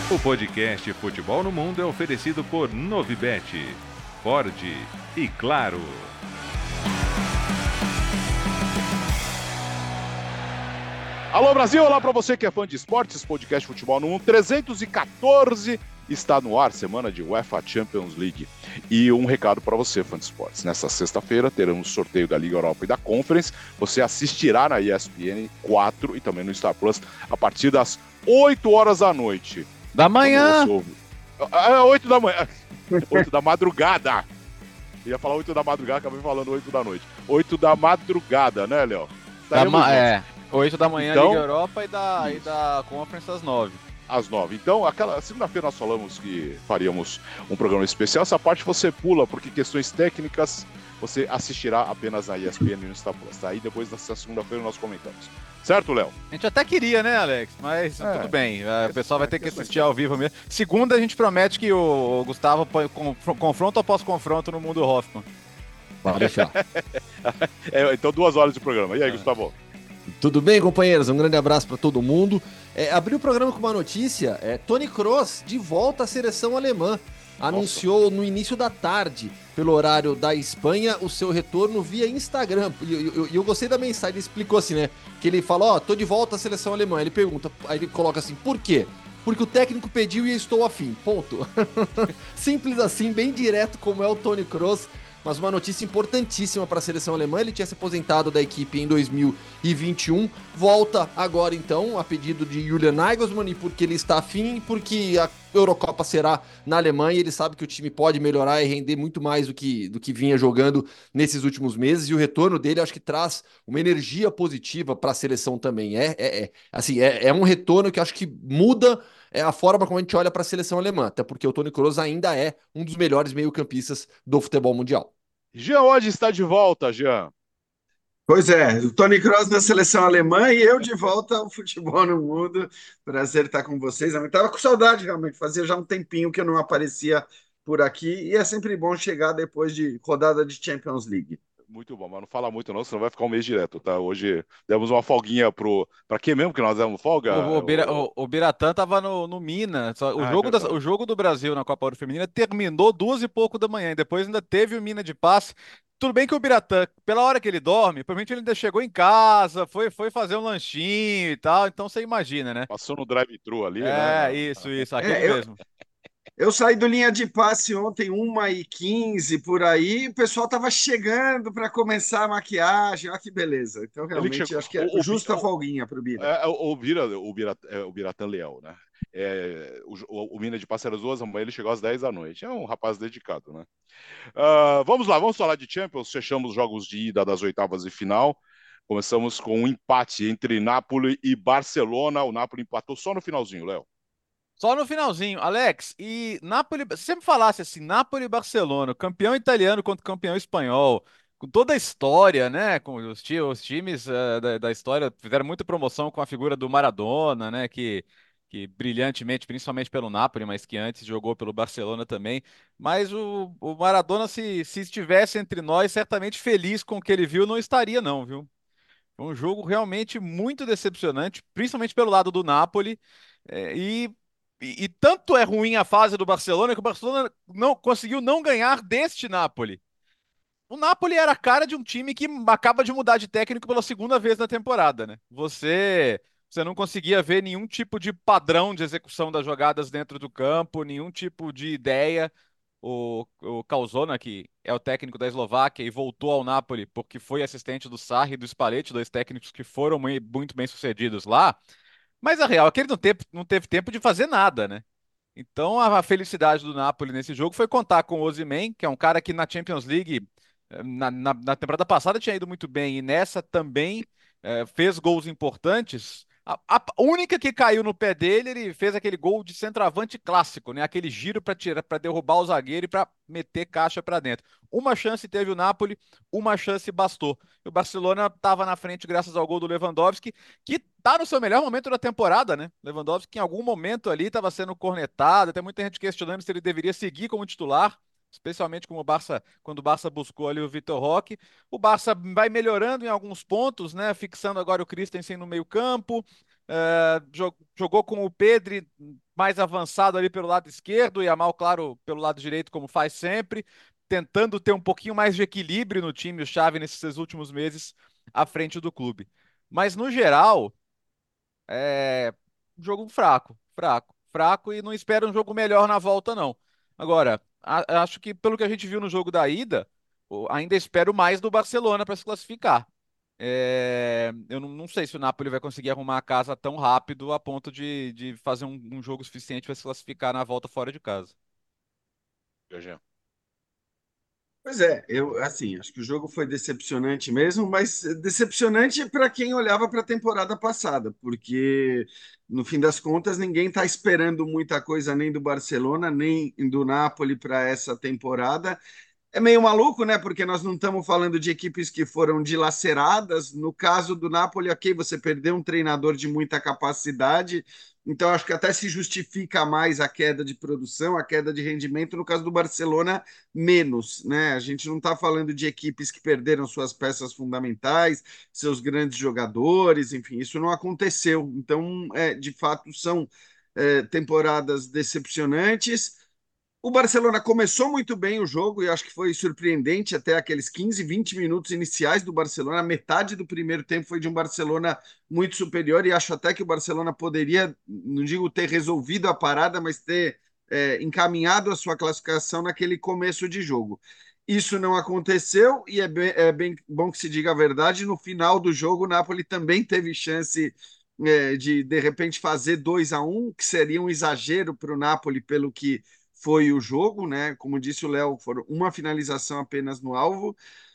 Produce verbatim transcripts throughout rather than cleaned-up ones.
O podcast Futebol no Mundo é oferecido por Novibet, Ford e Claro. Alô Brasil, olá para você que é fã de esportes, podcast Futebol no Mundo trezentos e quatorze está no ar, semana de UEFA Champions League. E um recado para você, fã de esportes. Nessa sexta-feira teremos sorteio da Liga Europa e da Conference. Você assistirá na E S P N quatro e também no Star Plus a partir das oito horas da noite. Da manhã! É oito da manhã. oito da madrugada. Eu ia falar oito da madrugada, acabei falando oito da noite. oito da madrugada, né, Léo? Da ma- é, oito da manhã, Então, Liga Europa e da, e da Conference às nove. Às nove. Então, aquela segunda-feira nós falamos que faríamos um programa especial. Essa parte você pula, porque questões técnicas você assistirá apenas na E S P N e no Star Plus. Aí depois dessa segunda-feira nós comentamos. Certo, Léo? A gente até queria, né, Alex? Mas É. tudo bem. O pessoal vai ter que Questões assistir ao vivo mesmo. Segunda, a gente promete que o Gustavo põe conf- confronto após confronto no mundo Hoffman. Pode deixar. É, então, duas horas de programa. E aí, Gustavo? Tudo bem, companheiros? Um grande abraço para todo mundo. É, abri o programa com uma notícia. É, Toni Kroos de volta à seleção alemã. Anunciou no início da tarde, pelo horário da Espanha, o seu retorno via Instagram. E eu, eu, eu gostei da mensagem, ele explicou assim, né? Que ele fala, ó, oh, tô de volta à seleção alemã. Ele pergunta, aí ele coloca assim, por quê? Porque o técnico pediu e eu estou afim. Ponto. Simples assim, bem direto como é o Toni Kroos. Mas uma notícia importantíssima para a seleção alemã, ele tinha se aposentado da equipe em dois mil e vinte e um, volta agora então, a pedido de Julian Nagelsmann, e porque ele está afim, e porque a Eurocopa será na Alemanha, e ele sabe que o time pode melhorar e render muito mais do que, do que vinha jogando nesses últimos meses, e o retorno dele acho que traz uma energia positiva para a seleção também, é, é, é assim, é, é um retorno que acho que muda é a forma como a gente olha para a seleção alemã, até porque o Toni Kroos ainda é um dos melhores meio-campistas do futebol mundial. Jean Oddi está de volta, Jean. Pois é, o Toni Kroos na seleção alemã e eu de volta ao futebol no mundo. Prazer estar com vocês. Eu estava com saudade, realmente. Fazia já um tempinho que eu não aparecia por aqui e é sempre bom chegar depois de rodada de Champions League. Muito bom, mas não fala muito não, senão vai ficar um mês direto, tá? Hoje demos uma folguinha pro... Pra quem mesmo que nós demos folga? O, o, Bira, o, o Biratã tava no, no Minas. Só- O, Ah, é jogo da- verdade. o jogo do Brasil na Copa Ouro Feminina terminou duas e pouco da manhã. E depois ainda teve o Mina de passe. Tudo bem que o Biratã, pela hora que ele dorme, provavelmente ele ainda chegou em casa, foi, foi fazer um lanchinho e tal. Então você imagina, né? Passou no drive-thru ali, né? É, na- isso, isso, aquele É, eu, mesmo. eu saí do linha de passe ontem, uma e quinze por aí, e o pessoal estava chegando para começar a maquiagem. Olha que beleza. Então, Ele que realmente, chegou... acho que é O, o, Bi- justa folguinha para o Bira. é, o, o, Bira, o, Bira, é, o Biratã Leão, né? É, o, o, o Mina de Passe era às duas da manhã, ele chegou às dez da noite. É um rapaz dedicado, né? Ah, vamos lá, vamos falar de Champions. Fechamos os jogos de ida das oitavas de final. Começamos com um empate entre Napoli e Barcelona. O Napoli empatou só no finalzinho, Léo. Só no finalzinho, Alex, e Napoli, se você me falasse assim, Napoli e Barcelona, campeão italiano contra campeão espanhol, com toda a história, né, com os, ti- os times eh, da, da história fizeram muita promoção com a figura do Maradona, né, que, que brilhantemente, principalmente pelo Napoli, mas que antes jogou pelo Barcelona também, mas o, o Maradona, se, se estivesse entre nós, certamente feliz com o que ele viu, não estaria não, viu? Foi um jogo realmente muito decepcionante, principalmente pelo lado do Napoli. É, e, e, e tanto é ruim a fase do Barcelona que o Barcelona não conseguiu não ganhar deste Napoli. O Napoli era a cara de um time que acaba de mudar de técnico pela segunda vez na temporada, né? Você, você não conseguia ver nenhum tipo de padrão de execução das jogadas dentro do campo, nenhum tipo de ideia. O, o Calzona, que é o técnico da Eslováquia e voltou ao Napoli porque foi assistente do Sarri e do Spalletti, dois técnicos que foram mui- muito bem sucedidos lá. Mas a real é que ele não teve, não teve tempo de fazer nada, né? Então a felicidade do Napoli nesse jogo foi contar com o Osimhen, que é um cara que na Champions League, eh, na, na- na temporada passada tinha ido muito bem e nessa também eh, fez gols importantes. A, a única que caiu no pé dele, ele fez aquele gol de centroavante clássico, né? Aquele giro para tirar, para derrubar o zagueiro e para meter caixa para dentro. Uma chance teve o Napoli, uma chance bastou. O Barcelona estava na frente graças ao gol do Lewandowski, que tá no seu melhor momento da temporada, né? Lewandowski, que em algum momento ali estava sendo cornetado, até muita gente questionando se ele deveria seguir como titular, especialmente como o Barça, quando o Barça buscou ali o Vitor Roque. O Barça vai melhorando em alguns pontos, né? Fixando agora o Christensen no meio-campo, eh, jo- jogou com o Pedri mais avançado ali pelo lado esquerdo, Yamal, claro, pelo lado direito, como faz sempre, tentando ter um pouquinho mais de equilíbrio no time, o Xavi, nesses últimos meses, à frente do clube. Mas, no geral, é um jogo fraco, fraco, fraco, e não espero um jogo melhor na volta, não. Agora, a- acho que pelo que a gente viu no jogo da ida, o- ainda espero mais do Barcelona para se classificar. É, eu não, não sei se o Napoli vai conseguir arrumar a casa tão rápido a ponto de, de fazer um, um jogo suficiente para se classificar na volta fora de casa. G G. Pois é, eu assim, acho que o jogo foi decepcionante mesmo, mas decepcionante para quem olhava para a temporada passada, porque no fim das contas ninguém está esperando muita coisa nem do Barcelona, nem do Napoli para essa temporada. É meio maluco, né? Porque nós não estamos falando de equipes que foram dilaceradas. No caso do Napoli, ok, você perdeu um treinador de muita capacidade, então acho que até se justifica mais a queda de produção, a queda de rendimento. No caso do Barcelona, menos, né? A gente não está falando de equipes que perderam suas peças fundamentais, seus grandes jogadores, enfim, isso não aconteceu. Então, é, de fato, são é, temporadas decepcionantes. O Barcelona começou muito bem o jogo e acho que foi surpreendente até aqueles quinze, vinte minutos iniciais do Barcelona. Metade do primeiro tempo foi de um Barcelona muito superior e acho até que o Barcelona poderia, não digo ter resolvido a parada, mas ter é, encaminhado a sua classificação naquele começo de jogo. Isso não aconteceu e é bem, é bem bom que se diga a verdade. No final do jogo, o Napoli também teve chance é, de, de repente, fazer dois a um, que seria um exagero para o Napoli, pelo que foi o jogo, né? Como disse o Léo, foram uma finalização apenas no alvo.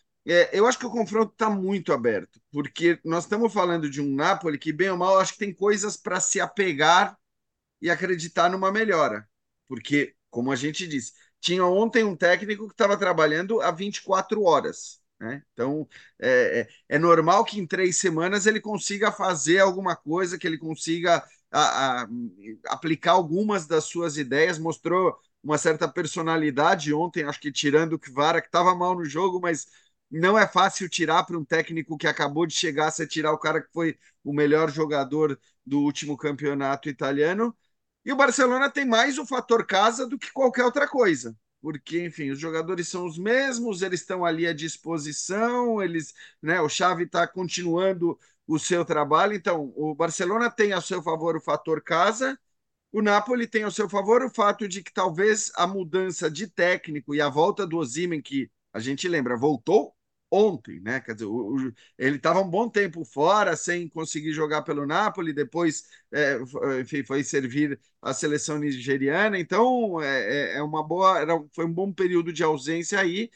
É, eu acho que o confronto está muito aberto, porque nós estamos falando de um Napoli que, bem ou mal, acho que tem coisas para se apegar e acreditar numa melhora. Porque, como a gente disse, tinha ontem um técnico que estava trabalhando há vinte e quatro horas. Né? Então, é, é, é normal que em três semanas ele consiga fazer alguma coisa, que ele consiga a, a, aplicar algumas das suas ideias. Mostrou uma certa personalidade ontem, acho que tirando o Kvara, que estava mal no jogo, mas não é fácil tirar para um técnico que acabou de chegar, você tirar o cara que foi o melhor jogador do último campeonato italiano. E o Barcelona tem mais o fator casa do que qualquer outra coisa. Porque, enfim, os jogadores são os mesmos, eles estão ali à disposição, eles, né, o Xavi está continuando o seu trabalho. Então, o Barcelona tem a seu favor o fator casa, o Napoli tem ao seu favor o fato de que talvez a mudança de técnico e a volta do Osimhen, que a gente lembra, voltou ontem, né? Quer dizer, o, o, ele estava um bom tempo fora, sem conseguir jogar pelo Napoli, depois é, enfim, foi servir a seleção nigeriana. Então, é, é uma boa, era, foi um bom período de ausência aí.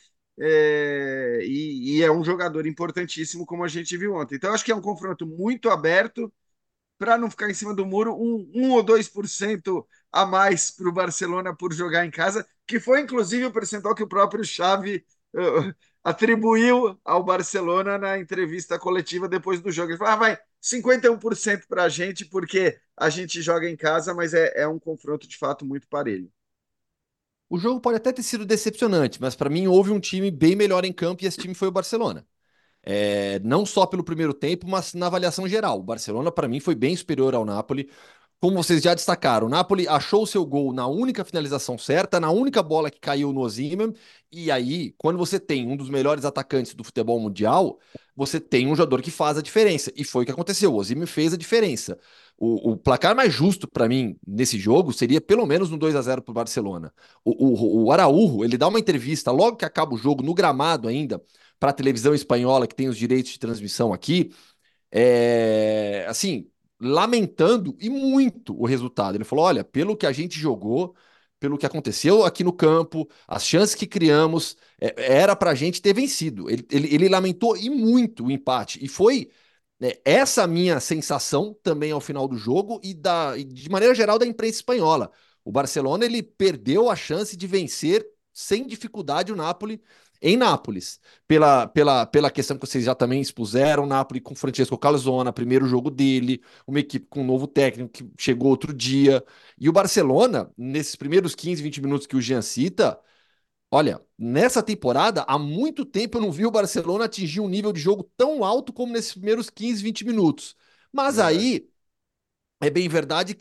É, e, e é um jogador importantíssimo, como a gente viu ontem. Então, acho que é um confronto muito aberto para não ficar em cima do muro, um, um ou dois por cento a mais para o Barcelona por jogar em casa, que foi inclusive o percentual que o próprio Xavi uh, atribuiu ao Barcelona na entrevista coletiva depois do jogo. Ele falou: ah, vai, cinquenta e um por cento para a gente, porque a gente joga em casa, mas é, é um confronto de fato muito parelho. O jogo pode até ter sido decepcionante, mas para mim houve um time bem melhor em campo e esse time foi o Barcelona. É, não só pelo primeiro tempo, mas na avaliação geral. O Barcelona, para mim, foi bem superior ao Napoli. Como vocês já destacaram, o Napoli achou o seu gol na única finalização certa, na única bola que caiu no Osimhen. E aí, quando você tem um dos melhores atacantes do futebol mundial, você tem um jogador que faz a diferença. E foi o que aconteceu. O Osimhen fez a diferença. O, o placar mais justo para mim nesse jogo seria pelo menos no dois a zero para o Barcelona. O, o Araújo, ele dá uma entrevista logo que acaba o jogo, no gramado ainda, para a televisão espanhola que tem os direitos de transmissão aqui, é, assim, lamentando e muito o resultado. Ele falou: olha, pelo que a gente jogou, pelo que aconteceu aqui no campo, as chances que criamos, é, era para a gente ter vencido. Ele, ele, ele lamentou e muito o empate. E foi é, essa minha sensação também ao final do jogo e, da, e de maneira geral da imprensa espanhola. O Barcelona ele perdeu a chance de vencer sem dificuldade o Napoli em Nápoles, pela, pela, pela questão que vocês já também expuseram, o Napoli com Francesco Calzona, primeiro jogo dele, uma equipe com um novo técnico que chegou outro dia, e o Barcelona, nesses primeiros quinze, vinte minutos que o Jean cita, olha, nessa temporada, há muito tempo eu não vi o Barcelona atingir um nível de jogo tão alto como nesses primeiros quinze, vinte minutos. Mas Verdade. aí, é bem verdade que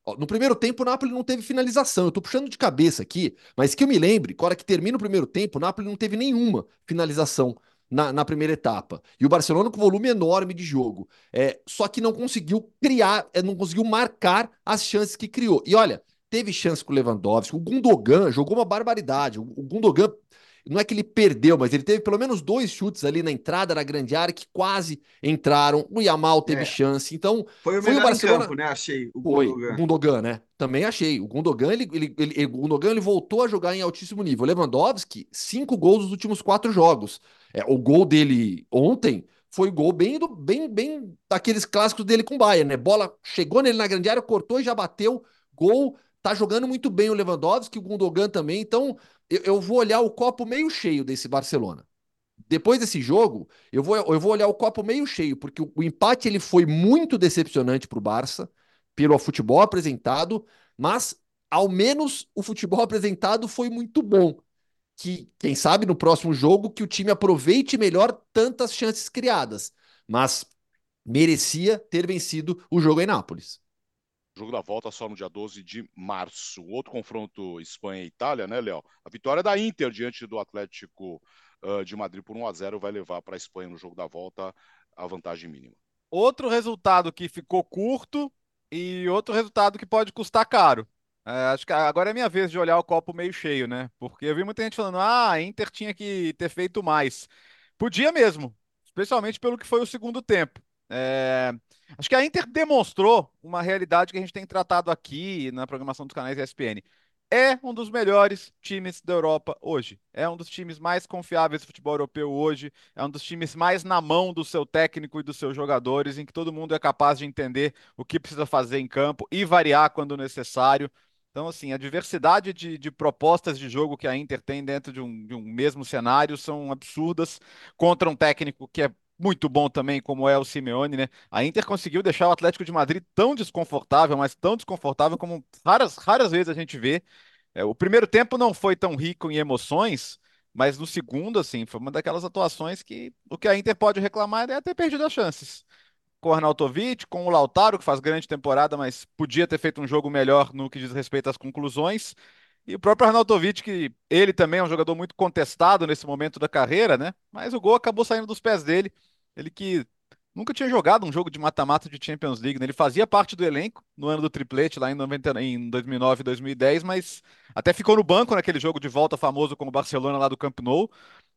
Ó, no primeiro tempo, o Napoli não teve finalização. Eu tô puxando de cabeça aqui, mas que eu me lembre, na hora que termina o primeiro tempo, o Napoli não teve nenhuma finalização na, na primeira etapa. E o Barcelona com volume enorme de jogo. É, só que não conseguiu criar, é, não conseguiu marcar as chances que criou. E olha, teve chance com o Lewandowski. O Gundogan jogou uma barbaridade. O, o Gundogan, não é que ele perdeu, mas ele teve pelo menos dois chutes ali na entrada da grande área que quase entraram. O Yamal teve É, chance. Então, foi o foi o melhor em Barcelona. campo, né? Achei, o Foi, o Gundogan. Gundogan, né? Também achei. O Gundogan, ele, ele, ele, o Gundogan, ele voltou a jogar em altíssimo nível. O Lewandowski, cinco gols nos últimos quatro jogos. É, o gol dele ontem foi gol bem, do, bem, bem daqueles clássicos dele com o Bayern, né? Bola chegou nele na grande área, cortou e já bateu. Gol. Tá jogando muito bem o Lewandowski, o Gundogan também. Então, eu, eu vou olhar o copo meio cheio desse Barcelona. Depois desse jogo, eu vou, eu vou olhar o copo meio cheio, porque o, o empate ele foi muito decepcionante para o Barça, pelo futebol apresentado, mas ao menos o futebol apresentado foi muito bom. Que, quem sabe, no próximo jogo, que o time aproveite melhor tantas chances criadas. Mas merecia ter vencido o jogo em Nápoles. O jogo da volta só no dia doze de março. O outro confronto Espanha e Itália, né, Léo? A vitória da Inter diante do Atlético uh, de Madrid por um a zero vai levar para a Espanha no jogo da volta a vantagem mínima. Outro resultado que ficou curto e outro resultado que pode custar caro. É, acho que agora é minha vez de olhar o copo meio cheio, né? Porque eu vi muita gente falando, ah, a Inter tinha que ter feito mais. Podia mesmo, especialmente pelo que foi o segundo tempo. É, acho que a Inter demonstrou uma realidade que a gente tem tratado aqui na programação dos canais E S P N. É um dos melhores times da Europa hoje. É um dos times mais confiáveis do futebol europeu hoje. É um dos times mais na mão do seu técnico e dos seus jogadores, em que todo mundo é capaz de entender o que precisa fazer em campo e variar quando necessário. Então, assim, a diversidade de, de propostas de jogo que a Inter tem dentro de um, de um mesmo cenário são absurdas contra um técnico que é muito bom também, como é o Simeone, né? A Inter conseguiu deixar o Atlético de Madrid tão desconfortável, mas tão desconfortável como raras, raras vezes a gente vê. É, o primeiro tempo não foi tão rico em emoções, mas no segundo, assim, foi uma daquelas atuações que o que a Inter pode reclamar é ter perdido as chances. Com o Arnautovic, com o Lautaro, que faz grande temporada, mas podia ter feito um jogo melhor no que diz respeito às conclusões. E o próprio Arnautovic, que ele também é um jogador muito contestado nesse momento da carreira, né? Mas o gol acabou saindo dos pés dele. Ele que nunca tinha jogado um jogo de mata-mata de Champions League, né? Ele fazia parte do elenco no ano do triplete, lá em, noventa, em dois mil e nove e dois mil e dez, mas até ficou no banco naquele jogo de volta famoso com o Barcelona lá do Camp Nou,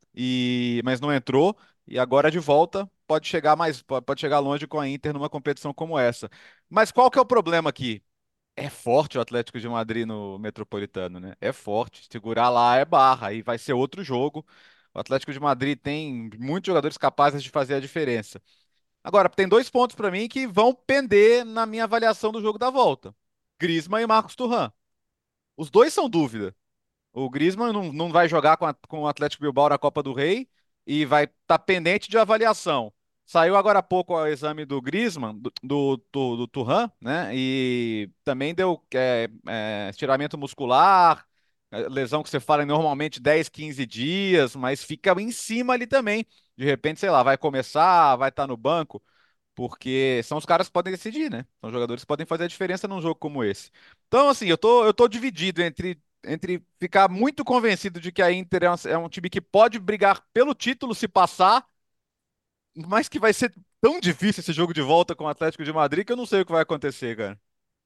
e... mas não entrou. E agora de volta pode chegar mais, pode chegar longe com a Inter numa competição como essa. Mas qual que é o problema aqui? É forte o Atlético de Madrid no Metropolitano, né? É forte. Segurar lá é barra, aí vai ser outro jogo. O Atlético de Madrid tem muitos jogadores capazes de fazer a diferença. Agora, tem dois pontos para mim que vão pender na minha avaliação do jogo da volta. Griezmann e Marcos Thuram. Os dois são dúvida. O Griezmann não, não vai jogar com, a- com o Atlético Bilbao na Copa do Rei e vai estar pendente de avaliação. Saiu agora há pouco o exame do Griezmann, do, do, do, do Thuram, né? E também deu é, é, estiramento muscular, é, lesão que você fala em normalmente dez, quinze dias, mas fica em cima ali também. De repente, sei lá, vai começar, vai estar no banco. Porque são os caras que podem decidir, né? São jogadores que podem fazer a diferença num jogo como esse. Então, assim, eu tô, eu tô dividido entre, entre ficar muito convencido de que a Inter é um, é um time que pode brigar pelo título se passar, mas que vai ser tão difícil esse jogo de volta com o Atlético de Madrid que eu não sei o que vai acontecer, cara.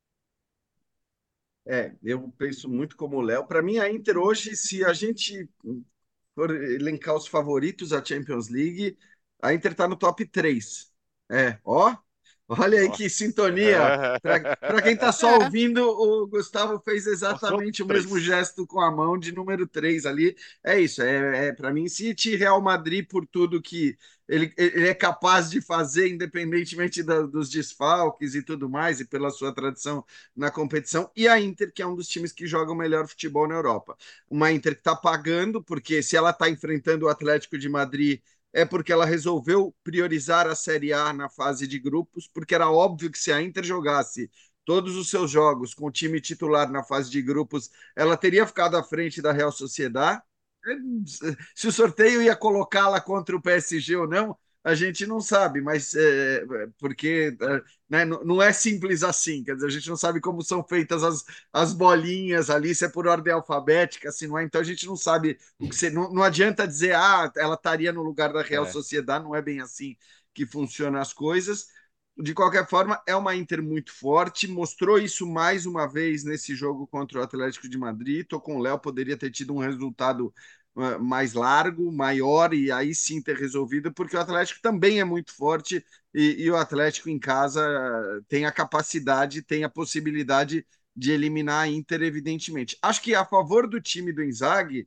É, eu penso muito como o Léo. Para mim, a Inter hoje, se a gente for elencar os favoritos à Champions League, a Inter está no top três. É, ó, olha aí Ó. que sintonia. É. Para quem está só É, ouvindo, o Gustavo fez Passou exatamente o mesmo três. gesto com a mão de número três ali. É isso, é, é para mim, City, Real Madrid, por tudo que ele, ele é capaz de fazer, independentemente da- dos desfalques e tudo mais, e pela sua tradição na competição, e a Inter, que é um dos times que joga o melhor futebol na Europa. Uma Inter que está pagando, porque se ela está enfrentando o Atlético de Madrid, é porque ela resolveu priorizar a Série A na fase de grupos, porque era óbvio que se a Inter jogasse todos os seus jogos com o time titular na fase de grupos, ela teria ficado à frente da Real Sociedad. Se o sorteio ia colocá-la contra o P S G ou não, a gente não sabe, mas é, porque é, né, não não é simples assim, quer dizer, a gente não sabe como são feitas as, as bolinhas ali, se é por ordem alfabética, se não é, então a gente não sabe o que você. Não, não adianta dizer, ah, ela estaria no lugar da Real É. Sociedade, não é bem assim que funcionam as coisas. De qualquer forma, é uma Inter muito forte, mostrou isso mais uma vez nesse jogo contra o Atlético de Madrid. Tô com o Léo, poderia ter tido um resultado uh, mais largo, maior, e aí sim ter resolvido, porque o Atlético também é muito forte e, e o Atlético em casa uh, tem a capacidade, tem a possibilidade de eliminar a Inter, evidentemente. Acho que a favor do time do Inzaghi,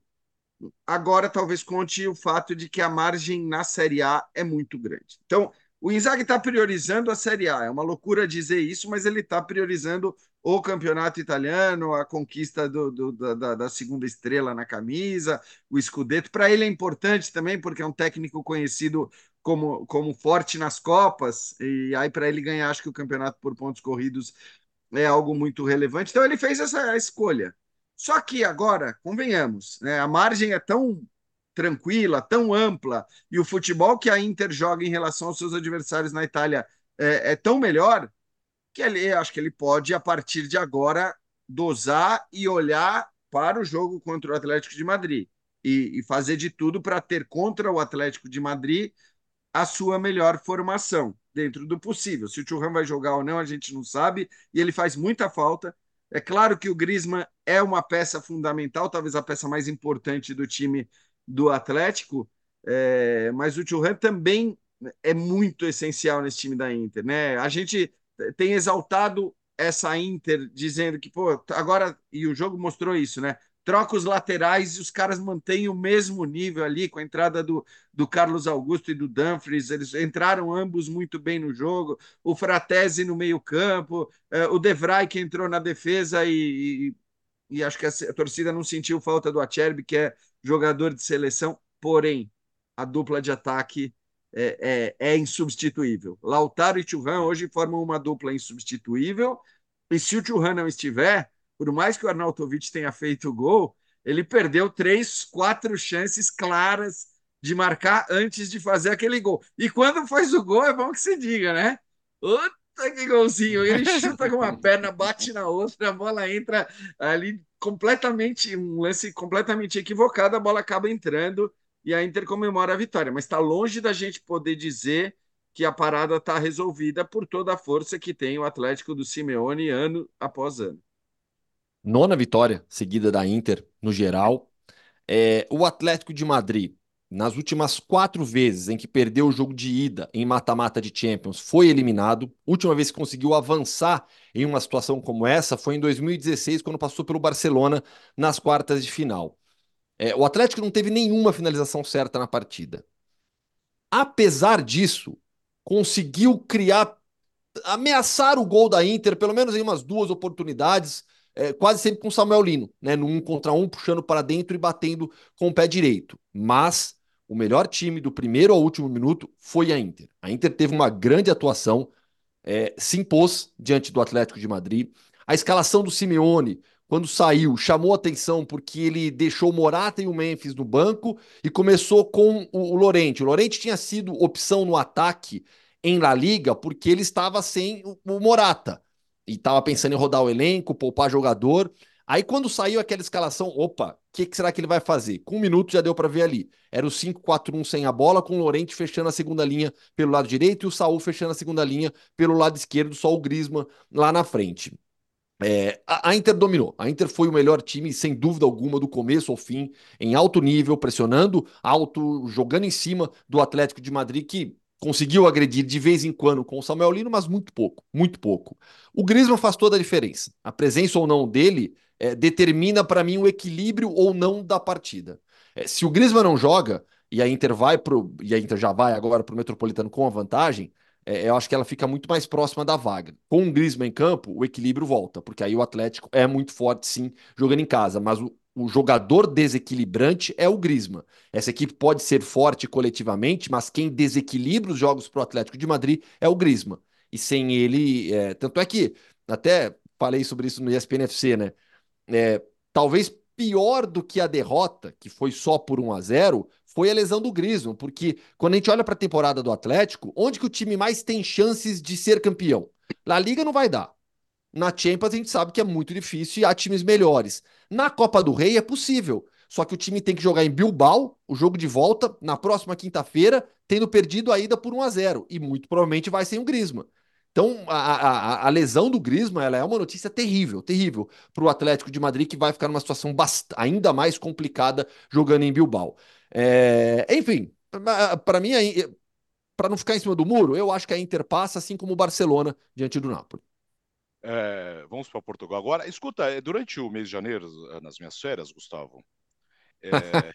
agora talvez conte o fato de que a margem na Série A é muito grande. Então, o Inzaghi está priorizando a Série A. É uma loucura dizer isso, mas ele está priorizando o campeonato italiano, a conquista do, do, da, da segunda estrela na camisa, o Scudetto. Para ele é importante também, porque é um técnico conhecido como, como forte nas Copas, e aí para ele ganhar, acho que o campeonato por pontos corridos é algo muito relevante. Então ele fez essa escolha. Só que agora, convenhamos, né, a margem é tão tranquila, tão ampla, e o futebol que a Inter joga em relação aos seus adversários na Itália é, é tão melhor que ele, acho que ele pode, a partir de agora, dosar e olhar para o jogo contra o Atlético de Madrid e, e fazer de tudo para ter contra o Atlético de Madrid a sua melhor formação, dentro do possível. Se o Thuram vai jogar ou não, a gente não sabe, e ele faz muita falta. É claro que o Griezmann é uma peça fundamental, talvez a peça mais importante do time do Atlético, é, mas o Thuram também é muito essencial nesse time da Inter, né? A gente tem exaltado essa Inter dizendo que, pô, agora, e o jogo mostrou isso, né? Troca os laterais e os caras mantêm o mesmo nível ali, com a entrada do, do Carlos Augusto e do Dumfries, eles entraram ambos muito bem no jogo, o Fratesi no meio-campo, eh, o De Vrij que entrou na defesa e, e, e acho que a, a, torcida não sentiu falta do Acerbi, que é jogador de seleção, porém, a dupla de ataque é, é, é insubstituível. Lautaro e Thuram hoje formam uma dupla insubstituível, e se o Thuram não estiver, por mais que o Arnautovic tenha feito o gol, ele perdeu três, quatro chances claras de marcar antes de fazer aquele gol. E quando faz o gol, é bom que se diga, né? Puta que golzinho! Ele chuta com uma perna, bate na outra, a bola entra ali completamente, um lance completamente equivocado, a bola acaba entrando e a Inter comemora a vitória. Mas está longe da gente poder dizer que a parada está resolvida por toda a força que tem o Atlético do Simeone ano após ano. Nona vitória seguida da Inter no geral. É, o Atlético de Madrid, nas últimas quatro vezes em que perdeu o jogo de ida em mata-mata de Champions, foi eliminado. Última vez que conseguiu avançar em uma situação como essa foi em dois mil e dezesseis, quando passou pelo Barcelona nas quartas de final. É, o Atlético não teve nenhuma finalização certa na partida. Apesar disso, conseguiu criar, ameaçar o gol da Inter, pelo menos em umas duas oportunidades, é, quase sempre com o Samuel Lino, né, no um contra um, puxando para dentro e batendo com o pé direito. Mas o melhor time do primeiro ao último minuto foi a Inter. A Inter teve uma grande atuação, é, se impôs diante do Atlético de Madrid. A escalação do Simeone, quando saiu, chamou atenção porque ele deixou o Morata e o Memphis no banco e começou com o, o Llorente. O Llorente tinha sido opção no ataque em La Liga porque ele estava sem o, o Morata e estava pensando em rodar o elenco, poupar jogador. Aí quando saiu aquela escalação, opa, o que, que será que ele vai fazer? Com um minuto já deu para ver ali. Era o cinco quatro um sem a bola, com o Llorente fechando a segunda linha pelo lado direito e o Saúl fechando a segunda linha pelo lado esquerdo, só o Griezmann lá na frente. É, a, a Inter dominou. A Inter foi o melhor time, sem dúvida alguma, do começo ao fim, em alto nível, pressionando alto, jogando em cima do Atlético de Madrid, que conseguiu agredir de vez em quando com o Samuel Lino, mas muito pouco, muito pouco. O Griezmann faz toda a diferença. A presença ou não dele é, determina para mim o equilíbrio ou não da partida. É, se o Griezmann não joga e a Inter vai pro, e a Inter já vai agora para o Metropolitano com a vantagem, é, eu acho que ela fica muito mais próxima da vaga. Com o Griezmann em campo, o equilíbrio volta, porque aí o Atlético é muito forte, sim, jogando em casa, mas o, o jogador desequilibrante é o Griezmann. Essa equipe pode ser forte coletivamente, mas quem desequilibra os jogos para o Atlético de Madrid é o Griezmann. E sem ele, é, tanto é que, até falei sobre isso no E S P N F C, né? É, talvez pior do que a derrota, que foi só por um a zero, foi a lesão do Griezmann, porque quando a gente olha para a temporada do Atlético, onde que o time mais tem chances de ser campeão? La Liga não vai dar. Na Champions a gente sabe que é muito difícil e há times melhores. Na Copa do Rei é possível. Só que o time tem que jogar em Bilbao, o jogo de volta, na próxima quinta-feira, tendo perdido a ida por um a zero. E muito provavelmente vai sem o Griezmann. Então, a, a, a lesão do Griezmann ela é uma notícia terrível, terrível para o Atlético de Madrid, que vai ficar numa situação bast... ainda mais complicada jogando em Bilbao. É... Enfim, para mim, para não ficar em cima do muro, eu acho que a Inter passa, assim como o Barcelona diante do Napoli. É, vamos para Portugal agora. Escuta, é, durante o mês de janeiro, nas minhas férias, Gustavo, é,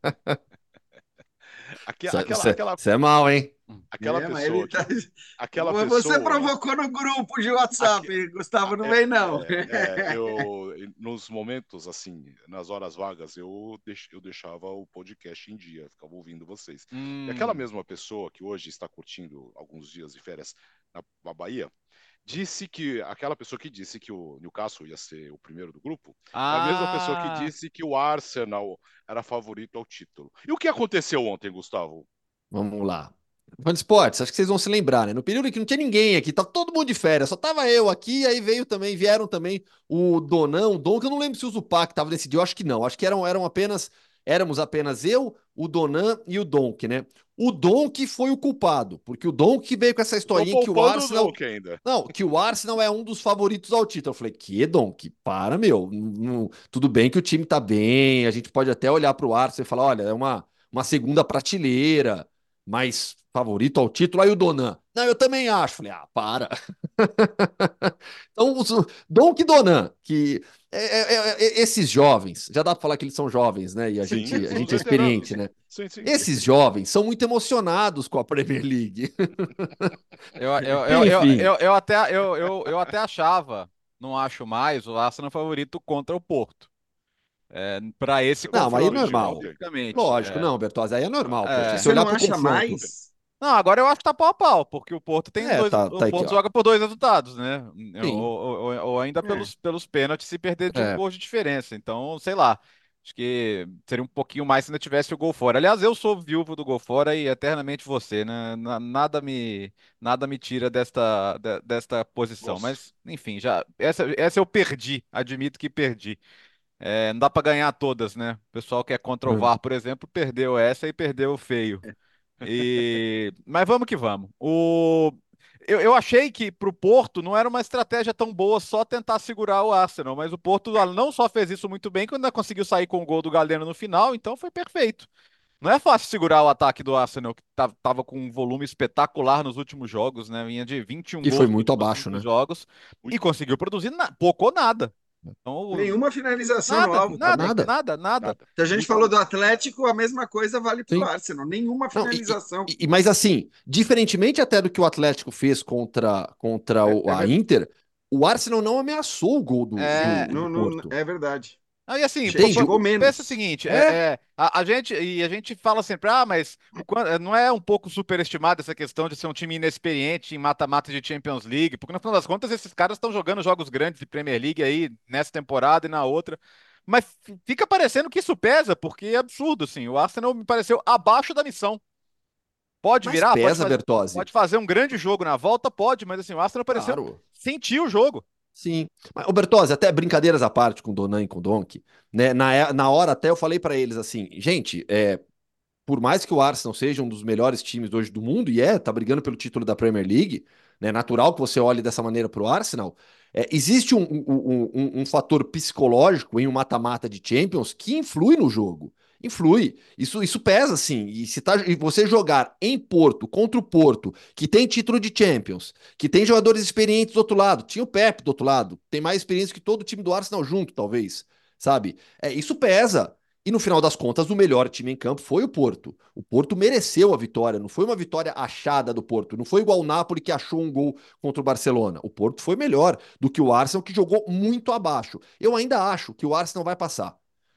aque- aquela, aquela, Você é mal, hein? aquela É, mas ele pessoa tá... que, aquela Você pessoa, provocou no grupo de aque- WhatsApp, Gustavo, não é, vem não. é, é, eu, nos momentos assim, nas horas vagas, eu, deix, eu deixava o podcast em dia, ficava ouvindo vocês. E aquela Hum. mesma pessoa que hoje está curtindo alguns dias de férias na, na Bahia, disse que aquela pessoa que disse que o Newcastle ia ser o primeiro do grupo é a mesma pessoa que Ah, disse que o Arsenal era favorito ao título. E o que aconteceu ontem, Gustavo? Vamos lá. Fã de esportes, acho que vocês vão se lembrar, né? No período em que não tinha ninguém aqui, tá todo mundo de férias, só tava eu aqui, aí veio também, vieram também o Donão, o Dom, que eu não lembro se o Zupac tava nesse dia, eu acho que não, acho que eram, eram apenas, éramos apenas eu, o Donan e o Donk, né? O Donk foi o culpado, porque o Donk veio com essa Eu tô historinha que o poupando o Arsenal, Donk ainda. não, que o Arsenal é um dos favoritos ao título. Eu falei, que Donk? Para, meu, não- não- tudo bem que o time tá bem, a gente pode até olhar pro Arsenal e falar, olha, é uma, uma segunda prateleira, mas favorito ao título. Aí o Donan. Não, eu também acho. Falei, ah, para. Então, os, Dom que Donan, que é, é, é, é, esses jovens, já dá para falar que eles são jovens, né? E a Sim, gente, a são os gente é veteranos. experiente, né? Sim, sim. Esses jovens são muito emocionados com a Premier League. eu, eu, eu, eu, Enfim. eu, eu até, eu, eu, eu até achava, não acho mais, o Arsenal favorito contra o Porto. É, para esse Não, mas aí é confronto, Hoje, normal. ontem. especificamente. Lógico, É, não, Bertozzi, aí é normal, poxa. Se é. Você olhar não para o acha confronto. mais? Não, agora eu acho que tá pau a pau, porque o Porto tem É, dois. tá, O tá aqui, Porto ó. joga por dois resultados, né? Ou, Sim. ou- ou- ou ainda É. pelos, pelos pênaltis se perder de um É. gol de diferença. Então, sei lá. Acho que seria um pouquinho mais se ainda tivesse o gol fora. Aliás, eu sou viúvo do gol fora e eternamente você, né? Na- Nada me, nada me tira desta, de- desta posição. Nossa. Mas, enfim, já essa, essa eu perdi. Admito que perdi. É, não dá pra ganhar todas, né? O pessoal que é contra o Hum. V A R, por exemplo, perdeu essa e perdeu feio. E... Mas vamos que vamos. O... Eu, eu achei que para o Porto não era uma estratégia tão boa só tentar segurar o Arsenal, mas o Porto ah, não só fez isso muito bem, quando ainda conseguiu sair com o gol do Galeno no final, então foi perfeito. Não é fácil segurar o ataque do Arsenal, que estava com um volume espetacular nos últimos jogos, né? Vinha de vinte e um E foi gols nos muito últimos abaixo, cinco né? jogos e Muito. conseguiu produzir na- pouco ou nada. Então, Nenhuma finalização no nada, alvo nada, também. Nada. nada, nada. Nada. Se a gente Muito. falou do Atlético, a mesma coisa vale para o Sim. Arsenal. Nenhuma Não, e, finalização. e- e- mas assim, diferentemente até do que o Atlético fez contra, contra É, o- é a ver- Inter, o Arsenal não ameaçou o gol do, sim, É, do, do não, não, Porto. é verdade. aí assim, Che- pô, pô, Entende? Chegou O- pensa o menos. seguinte, É, é, é, a, a gente e a gente fala sempre, ah, mas o quan- eh, não é um pouco superestimada essa questão de ser um time inexperiente em mata-mata de Champions League, porque no final das contas esses caras estão jogando jogos grandes de Premier League aí nessa temporada e na outra, mas f- fica parecendo que isso pesa, porque é absurdo, assim. O Arsenal me pareceu abaixo da missão. Pode mas virar, pode pesa, fazer, Bertozzi. pode fazer um grande jogo na volta, pode, mas assim, o Arsenal pareceu Claro. sentir o jogo. Sim. Mas, ô Bertozzi, até brincadeiras à parte com o Donan e com o Donk, né? Na, é- na hora até eu falei pra eles assim, gente, é, por mais que o Arsenal seja um dos melhores times hoje do mundo, e é, tá brigando pelo título da Premier League, né? Natural que você olhe dessa maneira pro Arsenal. É, existe um, um, um, um- um fator psicológico em um mata-mata de Champions que influi no jogo. Influi. Isso, isso pesa, sim. E se tá, e você jogar em Porto contra o Porto, que tem título de Champions, que tem jogadores experientes do outro lado, tinha o Pep do outro lado, tem mais experiência que todo o time do Arsenal junto, talvez. Sabe? É, isso pesa. E no final das contas, o melhor time em campo foi o Porto. O Porto mereceu a vitória, não foi uma vitória achada do Porto, não foi igual o Napoli que achou um gol contra o Barcelona. O Porto foi melhor do que o Arsenal, que jogou muito abaixo. Eu ainda acho que o Arsenal vai passar,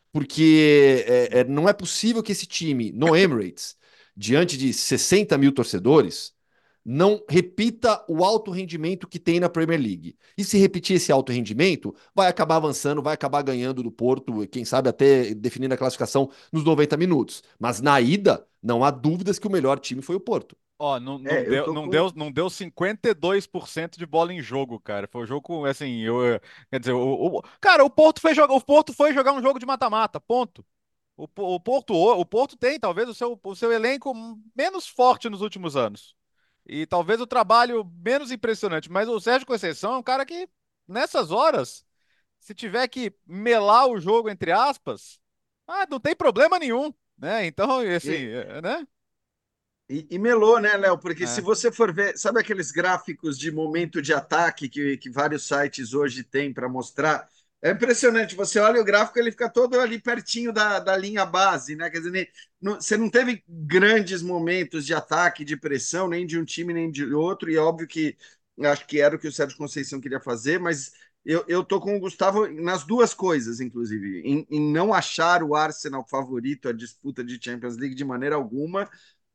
porque é, é, não é possível que esse time, no Emirates, diante de sessenta mil torcedores, não repita o alto rendimento que tem na Premier League. E se repetir esse alto rendimento, vai acabar avançando, vai acabar ganhando do Porto, quem sabe até definindo a classificação nos noventa minutos. Mas na ida, não há dúvidas que o melhor time foi o Porto. Ó, não, não É, eu deu, tô não com. deu, não deu cinquenta e dois por cento de bola em jogo, cara. Foi um jogo com, assim, eu, quer dizer, o, o- cara, o Porto foi jogar, o Porto foi jogar um jogo de mata-mata, ponto. O, Po- o Porto, o Porto tem talvez o seu, o seu elenco menos forte nos últimos anos. E talvez o trabalho menos impressionante, mas o Sérgio Conceição é um cara que nessas horas, se tiver que melar o jogo entre aspas, ah, não tem problema nenhum, né? Então, assim, E, é, né? e, e melou, né, Léo? Porque se É. você for ver, sabe aqueles gráficos de momento de ataque que, que vários sites hoje têm para mostrar? É impressionante. Você olha o gráfico, ele fica todo ali pertinho da, da linha base, né? Quer dizer, nem- não- você não teve grandes momentos de ataque, de pressão, nem de um time, nem de outro, e é óbvio que acho que era o que o Sérgio Conceição queria fazer, mas eu, eu tô com o Gustavo nas duas coisas, inclusive, em, em não achar o Arsenal favorito à disputa de Champions League de maneira alguma.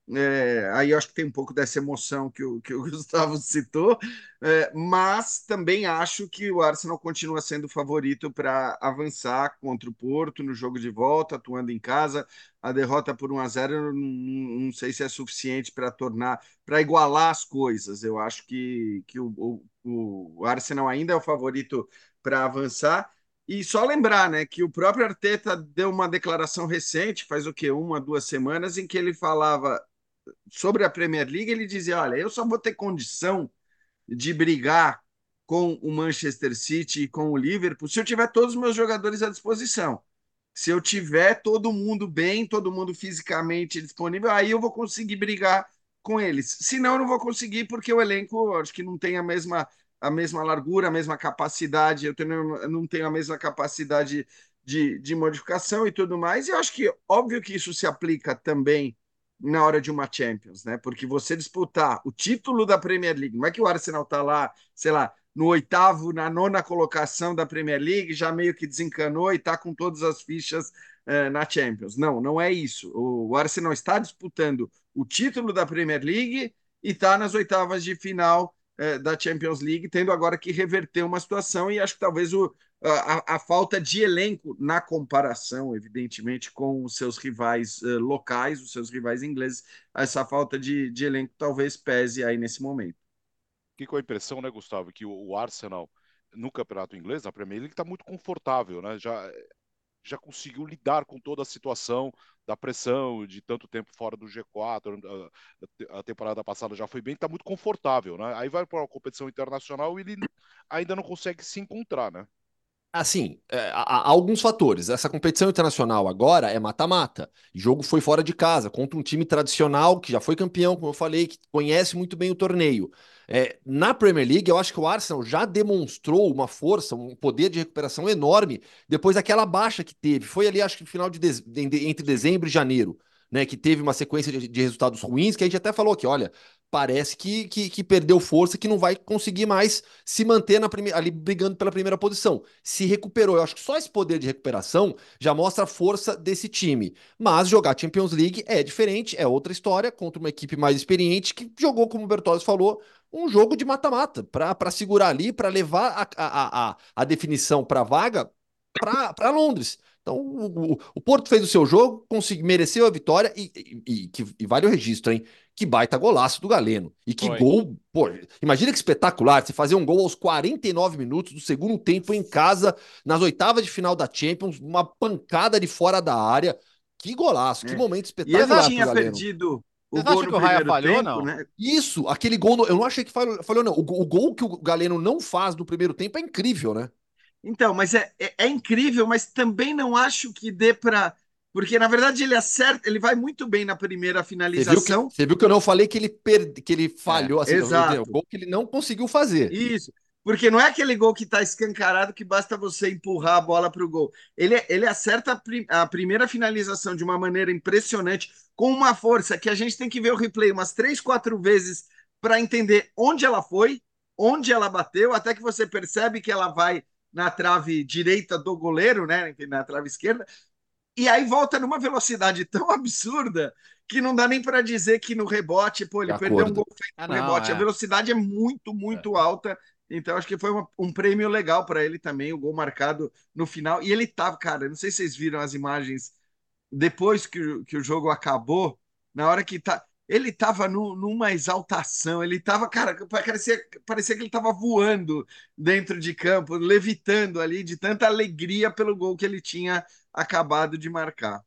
É, aí eu acho que tem um pouco dessa emoção que o, que o Gustavo citou, é, mas também acho que o Arsenal continua sendo o favorito para avançar contra o Porto no jogo de volta, atuando em casa. A derrota por um a zero, eu não, não sei se é suficiente para tornar, para igualar as coisas. Eu acho que, que o, o, o Arsenal ainda é o favorito para avançar. E só lembrar, né, que o próprio Arteta deu uma declaração recente, faz o quê? Uma, duas semanas, em que ele falava sobre a Premier League, ele dizia: olha, eu só vou ter condição de brigar com o Manchester City e com o Liverpool se eu tiver todos os meus jogadores à disposição. Se eu tiver todo mundo bem, todo mundo fisicamente disponível, aí eu vou conseguir brigar com eles. Senão, eu não vou conseguir, porque o elenco acho que não tem a mesma, a mesma largura, a mesma capacidade, eu, tenho, eu não tenho a mesma capacidade de, de modificação e tudo mais. E eu acho que, óbvio que isso se aplica também na hora de uma Champions, né? Porque você disputar o título da Premier League, não é que o Arsenal está lá, sei lá, no oitavo, na nona colocação da Premier League, já meio que desencanou e está com todas as fichas eh, na Champions. Não, não é isso. O Arsenal está disputando o título da Premier League e está nas oitavas de final eh, da Champions League, tendo agora que reverter uma situação, e acho que talvez o, a, a, falta de elenco na comparação, evidentemente, com os seus rivais uh, locais, os seus rivais ingleses, essa falta de, de elenco talvez pese aí nesse momento. Que com a impressão, né, Gustavo, que o, o Arsenal no campeonato inglês, na Premier League, está muito confortável, né? Já, já conseguiu lidar com toda a situação da pressão de tanto tempo fora do G quatro. A, a temporada passada já foi bem, está muito confortável, né? Aí vai para uma competição internacional e ele ainda não consegue se encontrar, né? Assim, é, há, há alguns fatores. Essa competição internacional agora é mata-mata. O jogo foi fora de casa, contra um time tradicional que já foi campeão, como eu falei, que conhece muito bem o torneio. É, na Premier League, eu acho que o Arsenal já demonstrou uma força, um poder de recuperação enorme depois daquela baixa que teve. Foi ali, acho que no final de, de, de entre dezembro e janeiro, né? Que teve uma sequência de, de resultados ruins, que a gente até falou que, olha, parece que, que, que perdeu força, que não vai conseguir mais se manter na prime... ali brigando pela primeira posição. Se recuperou, eu acho que só esse poder de recuperação já mostra a força desse time. Mas jogar Champions League é diferente, é outra história, contra uma equipe mais experiente que jogou, como o Bertozzi falou, um jogo de mata-mata, para segurar ali, para levar a, a, a, a definição para a vaga para Londres. Então, o, o, o, Porto fez o seu jogo, conseguiu, mereceu a vitória e, e, e, que, e vale o registro, hein? Que baita golaço do Galeno. E que Foi. gol, pô, imagina que espetacular, você fazer um gol aos quarenta e nove minutos do segundo tempo em casa, nas oitavas de final da Champions, uma pancada de fora da área. Que golaço, que É. momento E ele espetacular pro tinha Galeno. perdido o Vocês não gol acham que no o Raia primeiro falhou, tempo, não? né? Isso, aquele gol, no- eu não achei que falhou, falhou não. O, o gol que o Galeno não faz no primeiro tempo é incrível, né? Então, mas é, é, é incrível, mas também não acho que dê para. Porque, na verdade, ele acerta, ele vai muito bem na primeira Você viu que, finalização. você viu que eu não falei que ele, per, que ele É. falhou, assim, eu, eu, eu, o Exato. gol que ele não conseguiu fazer. Isso. Porque não é aquele gol que está escancarado que basta você empurrar a bola para o gol. Ele, ele acerta a, prim, a primeira finalização de uma maneira impressionante, com uma força que a gente tem que ver o replay umas três, quatro vezes para entender onde ela foi, onde ela bateu, até que você percebe que ela vai na trave direita do goleiro, né? Na trave esquerda. e aí volta numa velocidade tão absurda que não dá nem para dizer que no rebote, pô, ele De perdeu um acordo. gol feito Ah, no não, rebote. A é. velocidade é muito, É. muito alta. Então, acho que foi uma- um prêmio legal para ele também, o gol marcado no final. E ele tava, cara, não sei se vocês viram as imagens depois que, o- que o jogo acabou, na hora que tá. Ele tava nu- numa exaltação, ele tava, cara, parecia, parecia que ele tava voando dentro de campo, levitando ali de tanta alegria pelo gol que ele tinha acabado de marcar.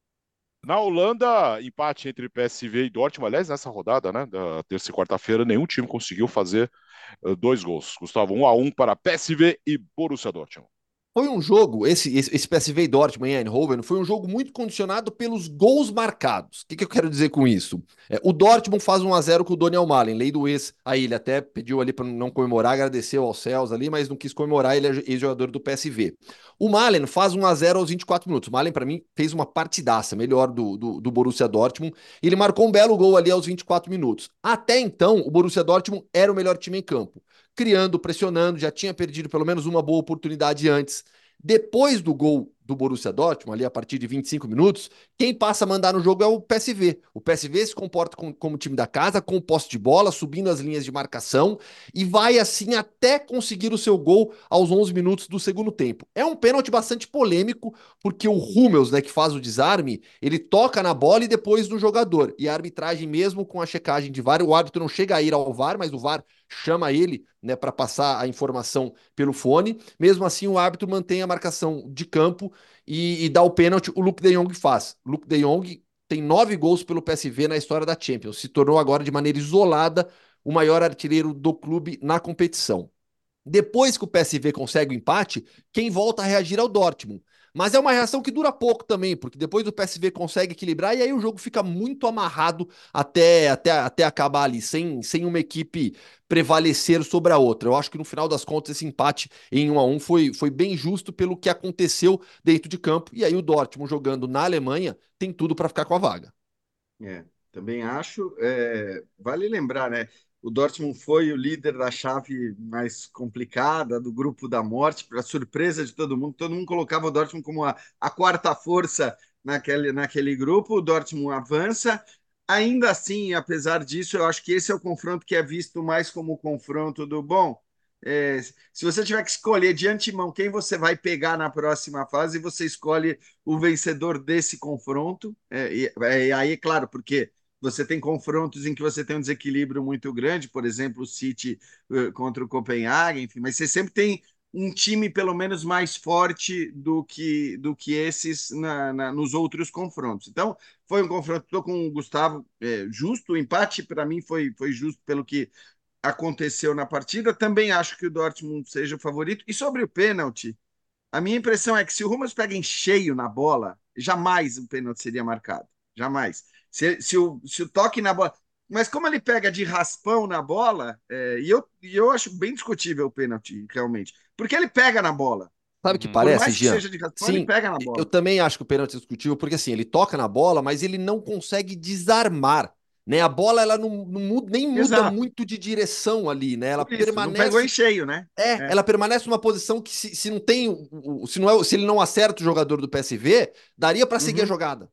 Na Holanda, empate entre P S V e Dortmund. Aliás, nessa rodada, né, da terça e quarta-feira, nenhum time conseguiu fazer eh, dois gols. Gustavo, um a um para P S V e Borussia Dortmund. Foi um jogo, esse, esse, esse P S V e Dortmund em Eindhoven, foi um jogo muito condicionado pelos gols marcados. O que, que eu quero dizer com isso? É, o Dortmund faz um a zero com o Daniel Malen, lei do ex. Aí ele até pediu ali para não comemorar, agradeceu aos céus ali, mas não quis comemorar, ele é ex-jogador do P S V. O Malen faz um a zero aos vinte e quatro minutos. O Malen, para mim, fez uma partidaça, melhor do, do, do Borussia Dortmund. E ele marcou um belo gol ali aos vinte e quatro minutos. Até então, o Borussia Dortmund era o melhor time em campo. Criando, pressionando, já tinha perdido pelo menos uma boa oportunidade antes. Depois do gol do Borussia Dortmund, ali a partir de vinte e cinco minutos, quem passa a mandar no jogo é o P S V. O P S V se comporta com, como time da casa, com posse de bola, subindo as linhas de marcação e vai assim até conseguir o seu gol aos onze minutos do segundo tempo. É um pênalti bastante polêmico, porque o Hummels, né, que faz o desarme, ele toca na bola e depois no jogador. E a arbitragem, mesmo com a checagem de V A R, o árbitro não chega a ir ao V A R, mas o V A R chama ele, né, para passar a informação pelo fone. Mesmo assim, o árbitro mantém a marcação de campo e, e dá o pênalti. O Luke de Jong faz. O Luke de Jong tem nove gols pelo P S V na história da Champions. Se tornou agora de maneira isolada o maior artilheiro do clube na competição. Depois que o P S V consegue o empate, quem volta a reagir é o Dortmund. Mas é uma reação que dura pouco também, porque depois o P S V consegue equilibrar e aí o jogo fica muito amarrado até, até, até acabar ali, sem, sem uma equipe prevalecer sobre a outra. Eu acho que no final das contas esse empate em um a um foi, foi bem justo pelo que aconteceu dentro de campo. E aí o Dortmund jogando na Alemanha tem tudo para ficar com a vaga. É, também acho. É, vale lembrar, né? O Dortmund foi o líder da chave mais complicada, do grupo da morte, para surpresa de todo mundo. Todo mundo colocava o Dortmund como a, a quarta força naquele, naquele grupo. O Dortmund avança. Ainda assim, apesar disso, eu acho que esse é o confronto que é visto mais como o confronto do bom. É, se você tiver que escolher de antemão quem você vai pegar na próxima fase, você escolhe o vencedor desse confronto. É, e, é, aí, é claro, porque você tem confrontos em que você tem um desequilíbrio muito grande, por exemplo, o City uh, contra o Copenhague, enfim, mas você sempre tem um time pelo menos mais forte do que, do que esses na, na, nos outros confrontos. Então, foi um confronto, estou com o Gustavo, é, justo, o empate para mim foi, foi justo pelo que aconteceu na partida. Também acho que o Dortmund seja o favorito. E sobre o pênalti, a minha impressão é que se o Rumas pega em cheio na bola, jamais o pênalti seria marcado. Jamais. Se, se, o, se o toque na bola. Mas como ele pega de raspão na bola, é, e, eu, e eu acho bem discutível o pênalti, realmente. Porque ele pega na bola. Sabe o que Uhum. Por parece, mais que Jean? seja de raspão, ele Sim, pega na eu bola. também acho que o pênalti é discutível, porque assim, ele toca na bola, mas ele não consegue desarmar, né? A bola ela não, não muda- nem muda Exato. muito de direção ali, né? Ela Por isso, não pegou em permanece, cheio, né? é, É, ela permanece numa posição que se, se não tem, o- o- se não é, se ele não acerta o jogador do P S V, daria para seguir a uhum, jogada.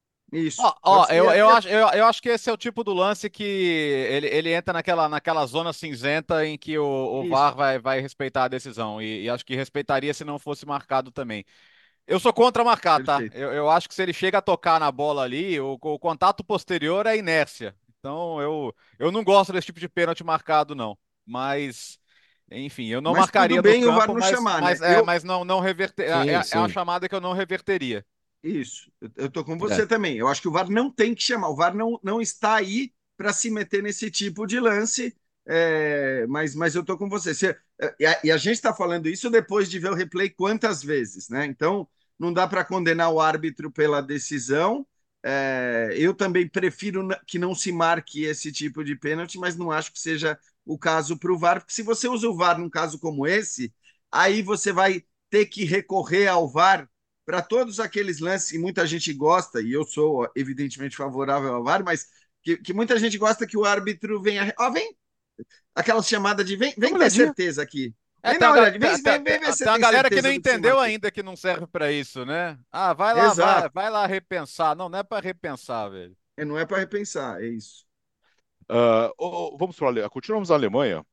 isso. Ó, Pode ó, ser. eu, E, eu e, acho, eu, eu acho que esse é o tipo do lance que ele, ele entra naquela, naquela zona cinzenta em que o, o V A R isso, vai, vai respeitar a decisão. E, e acho que respeitaria se não fosse marcado também. Eu sou contra marcar, tá? perfeito. Eu, eu acho que se ele chega a tocar na bola ali, o, o contato posterior é inércia. Então eu, eu não gosto desse tipo de pênalti marcado, não. Mas, enfim, eu não Mas tudo marcaria no bem o V A R campo, não mas, chamar, né? mas, é, Eu, mas não, não reverter. É, Sim, é é uma sim. chamada que eu não reverteria. Isso, eu, eu tô com É. você também. Eu acho que o V A R não tem que chamar. O V A R não, não está aí para se meter nesse tipo de lance. É, mas, mas eu tô com você. Você- e, a, e a gente está falando isso depois de ver o replay quantas vezes, né? Então não dá para condenar o árbitro pela decisão. É, eu também prefiro na- que não se marque esse tipo de pênalti, mas não acho que seja o caso para o V A R, porque se você usa o V A R num caso como esse, aí você vai ter que recorrer ao V A R para todos aqueles lances que muita gente gosta, e eu sou evidentemente favorável ao V A R, mas que, que muita gente gosta que o árbitro venha. Ó, vem aquela chamada de vem, Dá uma vem ter olhadinha. certeza aqui. É, Vem tem dar uma, uma ga- olhada, tem, vem, tem- vem, tem- vem ver se você tem uma tem galera que não certeza do que você entendeu marcou. ainda que não serve pra isso, né? Ah, vai lá, vai, Exato. vai lá repensar. Não, não é pra repensar, velho. E não é para repensar, é isso. Ah, ô, ô, vamos para Ale- continuamos na Alemanha.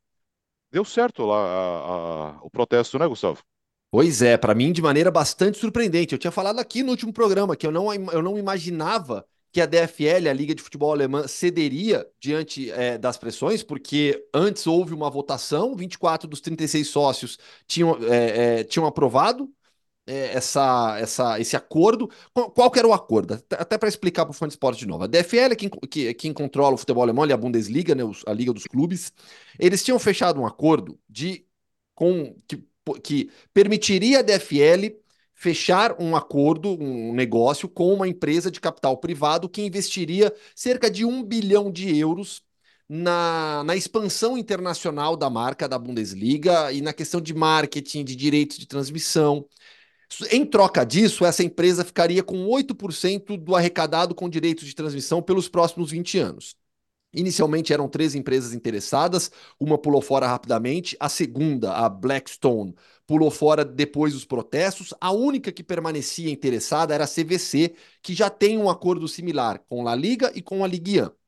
Deu certo lá a- a- o protesto, né, Gustavo? Pois é, para mim de maneira bastante surpreendente. Eu tinha falado aqui no último programa que eu não, eu não imaginava que a D F L, a Liga de Futebol Alemã, cederia diante é, das pressões, porque antes houve uma votação, vinte e quatro dos trinta e seis sócios tinham, é, é, tinham aprovado é, essa, essa, esse acordo. Qual, qual que era o acordo? Até, até para explicar para o fã de esporte de novo. A D F L é quem, que, quem controla o futebol alemão, ali, a Bundesliga, né, os- a Liga dos Clubes. Eles tinham fechado um acordo de, com, que, que permitiria a D F L fechar um acordo, um negócio com uma empresa de capital privado que investiria cerca de um bilhão de euros na, na expansão internacional da marca da Bundesliga e na questão de marketing, de direitos de transmissão. Em troca disso, essa empresa ficaria com oito por cento do arrecadado com direitos de transmissão pelos próximos vinte anos. Inicialmente eram três empresas interessadas, uma pulou fora rapidamente, a segunda, a Blackstone, pulou fora depois dos protestos. A única que permanecia interessada era a C V C, que já tem um acordo similar com a La Liga e com a Ligue um.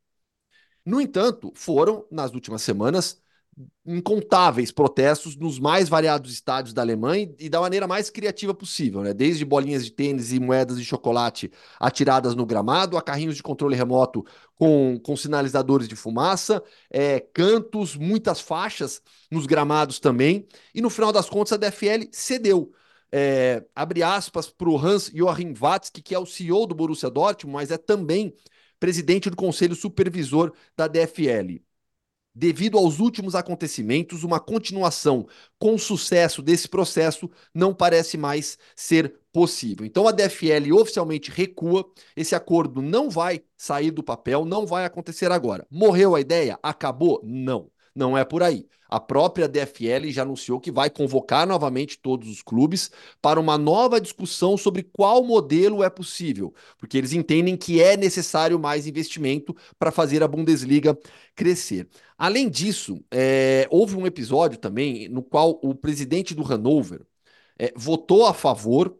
No entanto, foram, nas últimas semanas, incontáveis protestos nos mais variados estádios da Alemanha e da maneira mais criativa possível, né? Desde bolinhas de tênis e moedas de chocolate atiradas no gramado, a carrinhos de controle remoto com, com sinalizadores de fumaça, é, cantos, muitas faixas nos gramados também. E no final das contas, a D F L cedeu. É, abre aspas para o Hans-Joachim Watzke, que é o C E O do Borussia Dortmund, mas é também presidente do Conselho Supervisor da D F L. Devido aos últimos acontecimentos, uma continuação com sucesso desse processo não parece mais ser possível. Então a D F L oficialmente recua, esse acordo não vai sair do papel, não vai acontecer agora. Morreu a ideia? Acabou? Não. Não é por aí. A própria D F L já anunciou que vai convocar novamente todos os clubes para uma nova discussão sobre qual modelo é possível, porque eles entendem que é necessário mais investimento para fazer a Bundesliga crescer. Além disso, é, houve um episódio também no qual o presidente do Hannover é, votou a favor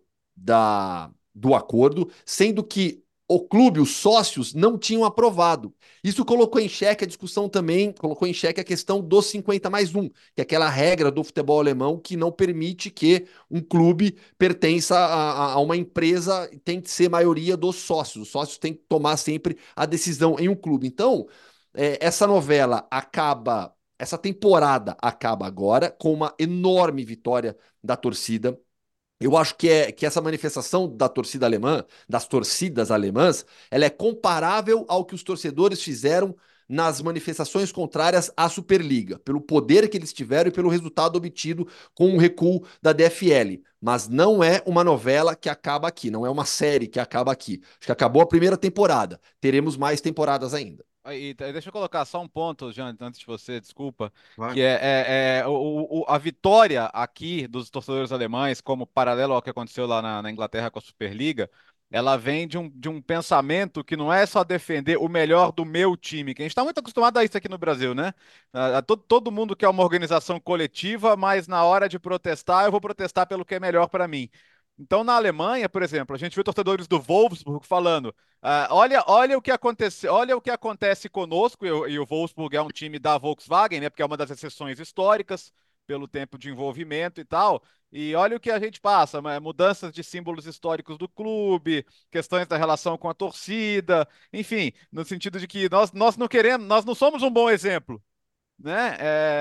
da, do acordo, sendo que o clube, os sócios, não tinham aprovado. Isso colocou em xeque a discussão também, colocou em xeque a questão dos cinquenta mais um, que é aquela regra do futebol alemão que não permite que um clube pertença a, a, a uma empresa, tem que ser maioria dos sócios. Os sócios têm que tomar sempre a decisão em um clube. Então, é, essa novela acaba, essa temporada acaba agora com uma enorme vitória da torcida. Eu acho que, é, que essa manifestação da torcida alemã, das torcidas alemãs, ela é comparável ao que os torcedores fizeram nas manifestações contrárias à Superliga, pelo poder que eles tiveram e pelo resultado obtido com o recuo da D F L. Mas não é uma novela que acaba aqui, não é uma série que acaba aqui. Acho que acabou a primeira temporada. Teremos mais temporadas ainda. Aí, tá, deixa eu colocar só um ponto, Jean, antes de você, desculpa, Vai. que é, é- é o, o- a vitória aqui dos torcedores alemães, como paralelo ao que aconteceu lá na, na Inglaterra com a Superliga, ela vem de um, de um pensamento que não é só defender o melhor do meu time, que a gente está muito acostumado a isso aqui no Brasil, né? A- a todo, todo mundo quer uma organização coletiva, mas na hora de protestar, eu vou protestar pelo que é melhor para mim. Então, na Alemanha, por exemplo, a gente viu torcedores do Wolfsburg falando. Ah, olha, olha o que acontece, olha o que acontece conosco, e, o e o Wolfsburg é um time da Volkswagen, né? Porque é uma das exceções históricas pelo tempo de envolvimento e tal. E olha o que a gente passa, né, mudanças de símbolos históricos do clube, questões da relação com a torcida, enfim, no sentido de que nós, nós não queremos, nós não somos um bom exemplo, né?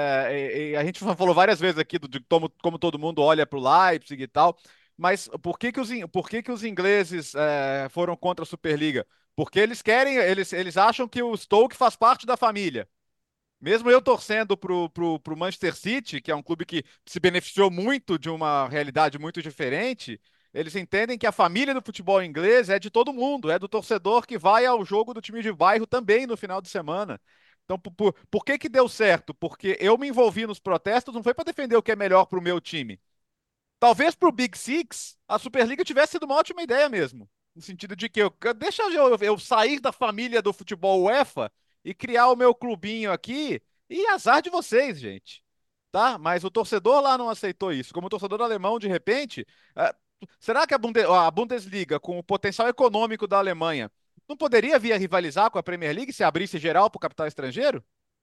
É, e- e a gente falou várias vezes aqui do, de como, como todo mundo olha para o Leipzig e tal, mas por que que os, in- por que que os ingleses é, foram contra a Superliga? Porque eles querem, eles, eles acham que o Stoke faz parte da família. Mesmo eu torcendo pro, pro, pro Manchester City, que é um clube que se beneficiou muito de uma realidade muito diferente, eles entendem que a família do futebol inglês é de todo mundo, é do torcedor que vai ao jogo do time de bairro também no final de semana. Então, por, por, por que que deu certo? Porque eu me envolvi nos protestos, não foi para defender o que é melhor para o meu time. Talvez para o Big Six, a Superliga tivesse sido uma ótima ideia mesmo. No sentido de que eu, deixa eu, eu sair da família do futebol UEFA e criar o meu clubinho aqui e azar de vocês, gente. tá? Mas o torcedor lá não aceitou isso. Como o torcedor alemão, de repente, eh, será que a, Bunde- a Bundesliga, com o potencial econômico da Alemanha, não poderia vir a rivalizar com a Premier League se abrisse geral para o capital estrangeiro?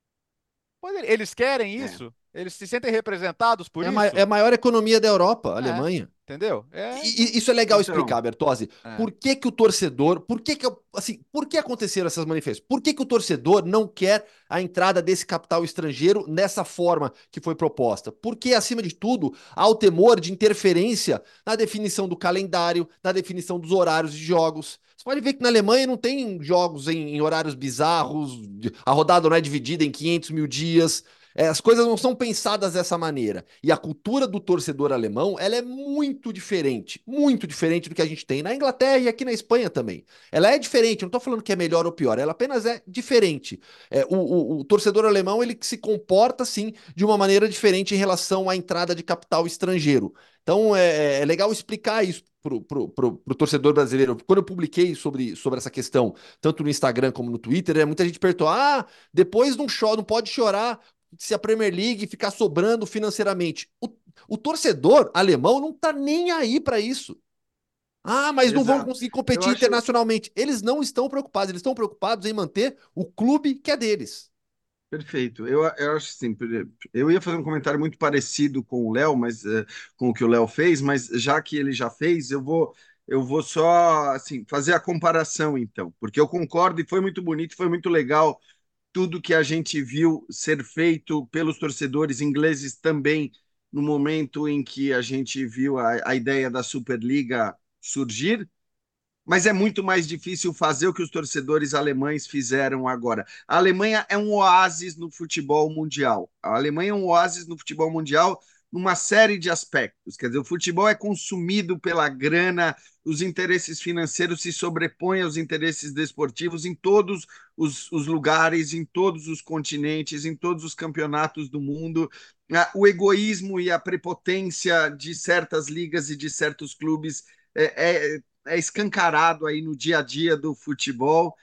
Poderia. Eles querem É, isso? Eles se sentem representados por É a, ma- é isso? a maior economia da Europa, a É, Alemanha. entendeu? É, E, então. e isso é legal então, explicar, Bertozzi. É. Por que que o torcedor, por que que, eu- assim, por que aconteceram essas manifestações? Por que que o torcedor não quer a entrada desse capital estrangeiro nessa forma que foi proposta? Porque, acima de tudo, há o temor de interferência na definição do calendário, na definição dos horários de jogos. Você pode ver que na Alemanha não tem jogos em, em horários bizarros, a rodada não é dividida em quinhentos mil dias. É, as coisas não são pensadas dessa maneira. E a cultura do torcedor alemão, ela é muito diferente, muito diferente do que a gente tem na Inglaterra e aqui na Espanha também. Ela é diferente, eu não estou falando que é melhor ou pior, ela apenas é diferente. É, o, o, o torcedor alemão, ele se comporta, sim, de uma maneira diferente em relação à entrada de capital estrangeiro. Então, é, é legal explicar isso pro, pro, pro, pro torcedor brasileiro. Quando eu publiquei sobre, sobre essa questão, tanto no Instagram como no Twitter, é, muita gente perguntou, ah, depois não chora, não pode chorar se a Premier League ficar sobrando financeiramente. O, o torcedor alemão não tá nem aí para isso. Ah, mas não vão exato. conseguir Eu competir acho internacionalmente. Eles não estão preocupados, eles estão preocupados em manter o clube que é deles. perfeito. Eu, eu acho assim, eu ia fazer um comentário muito parecido com o Léo, mas eh, com o que o Léo fez, mas já que ele já fez, eu vou eu vou só assim fazer a comparação então, porque eu concordo e foi muito bonito, foi muito legal tudo que a gente viu ser feito pelos torcedores ingleses também no momento em que a gente viu a, a ideia da Superliga surgir, mas é muito mais difícil fazer o que os torcedores alemães fizeram agora. A Alemanha é um oásis no futebol mundial. A Alemanha é um oásis no futebol mundial numa série de aspectos. Quer dizer, o futebol é consumido pela grana, os interesses financeiros se sobrepõem aos interesses desportivos em todos os, os lugares, em todos os continentes, em todos os campeonatos do mundo. O egoísmo e a prepotência de certas ligas e de certos clubes é, é é escancarado aí no dia a dia do futebol,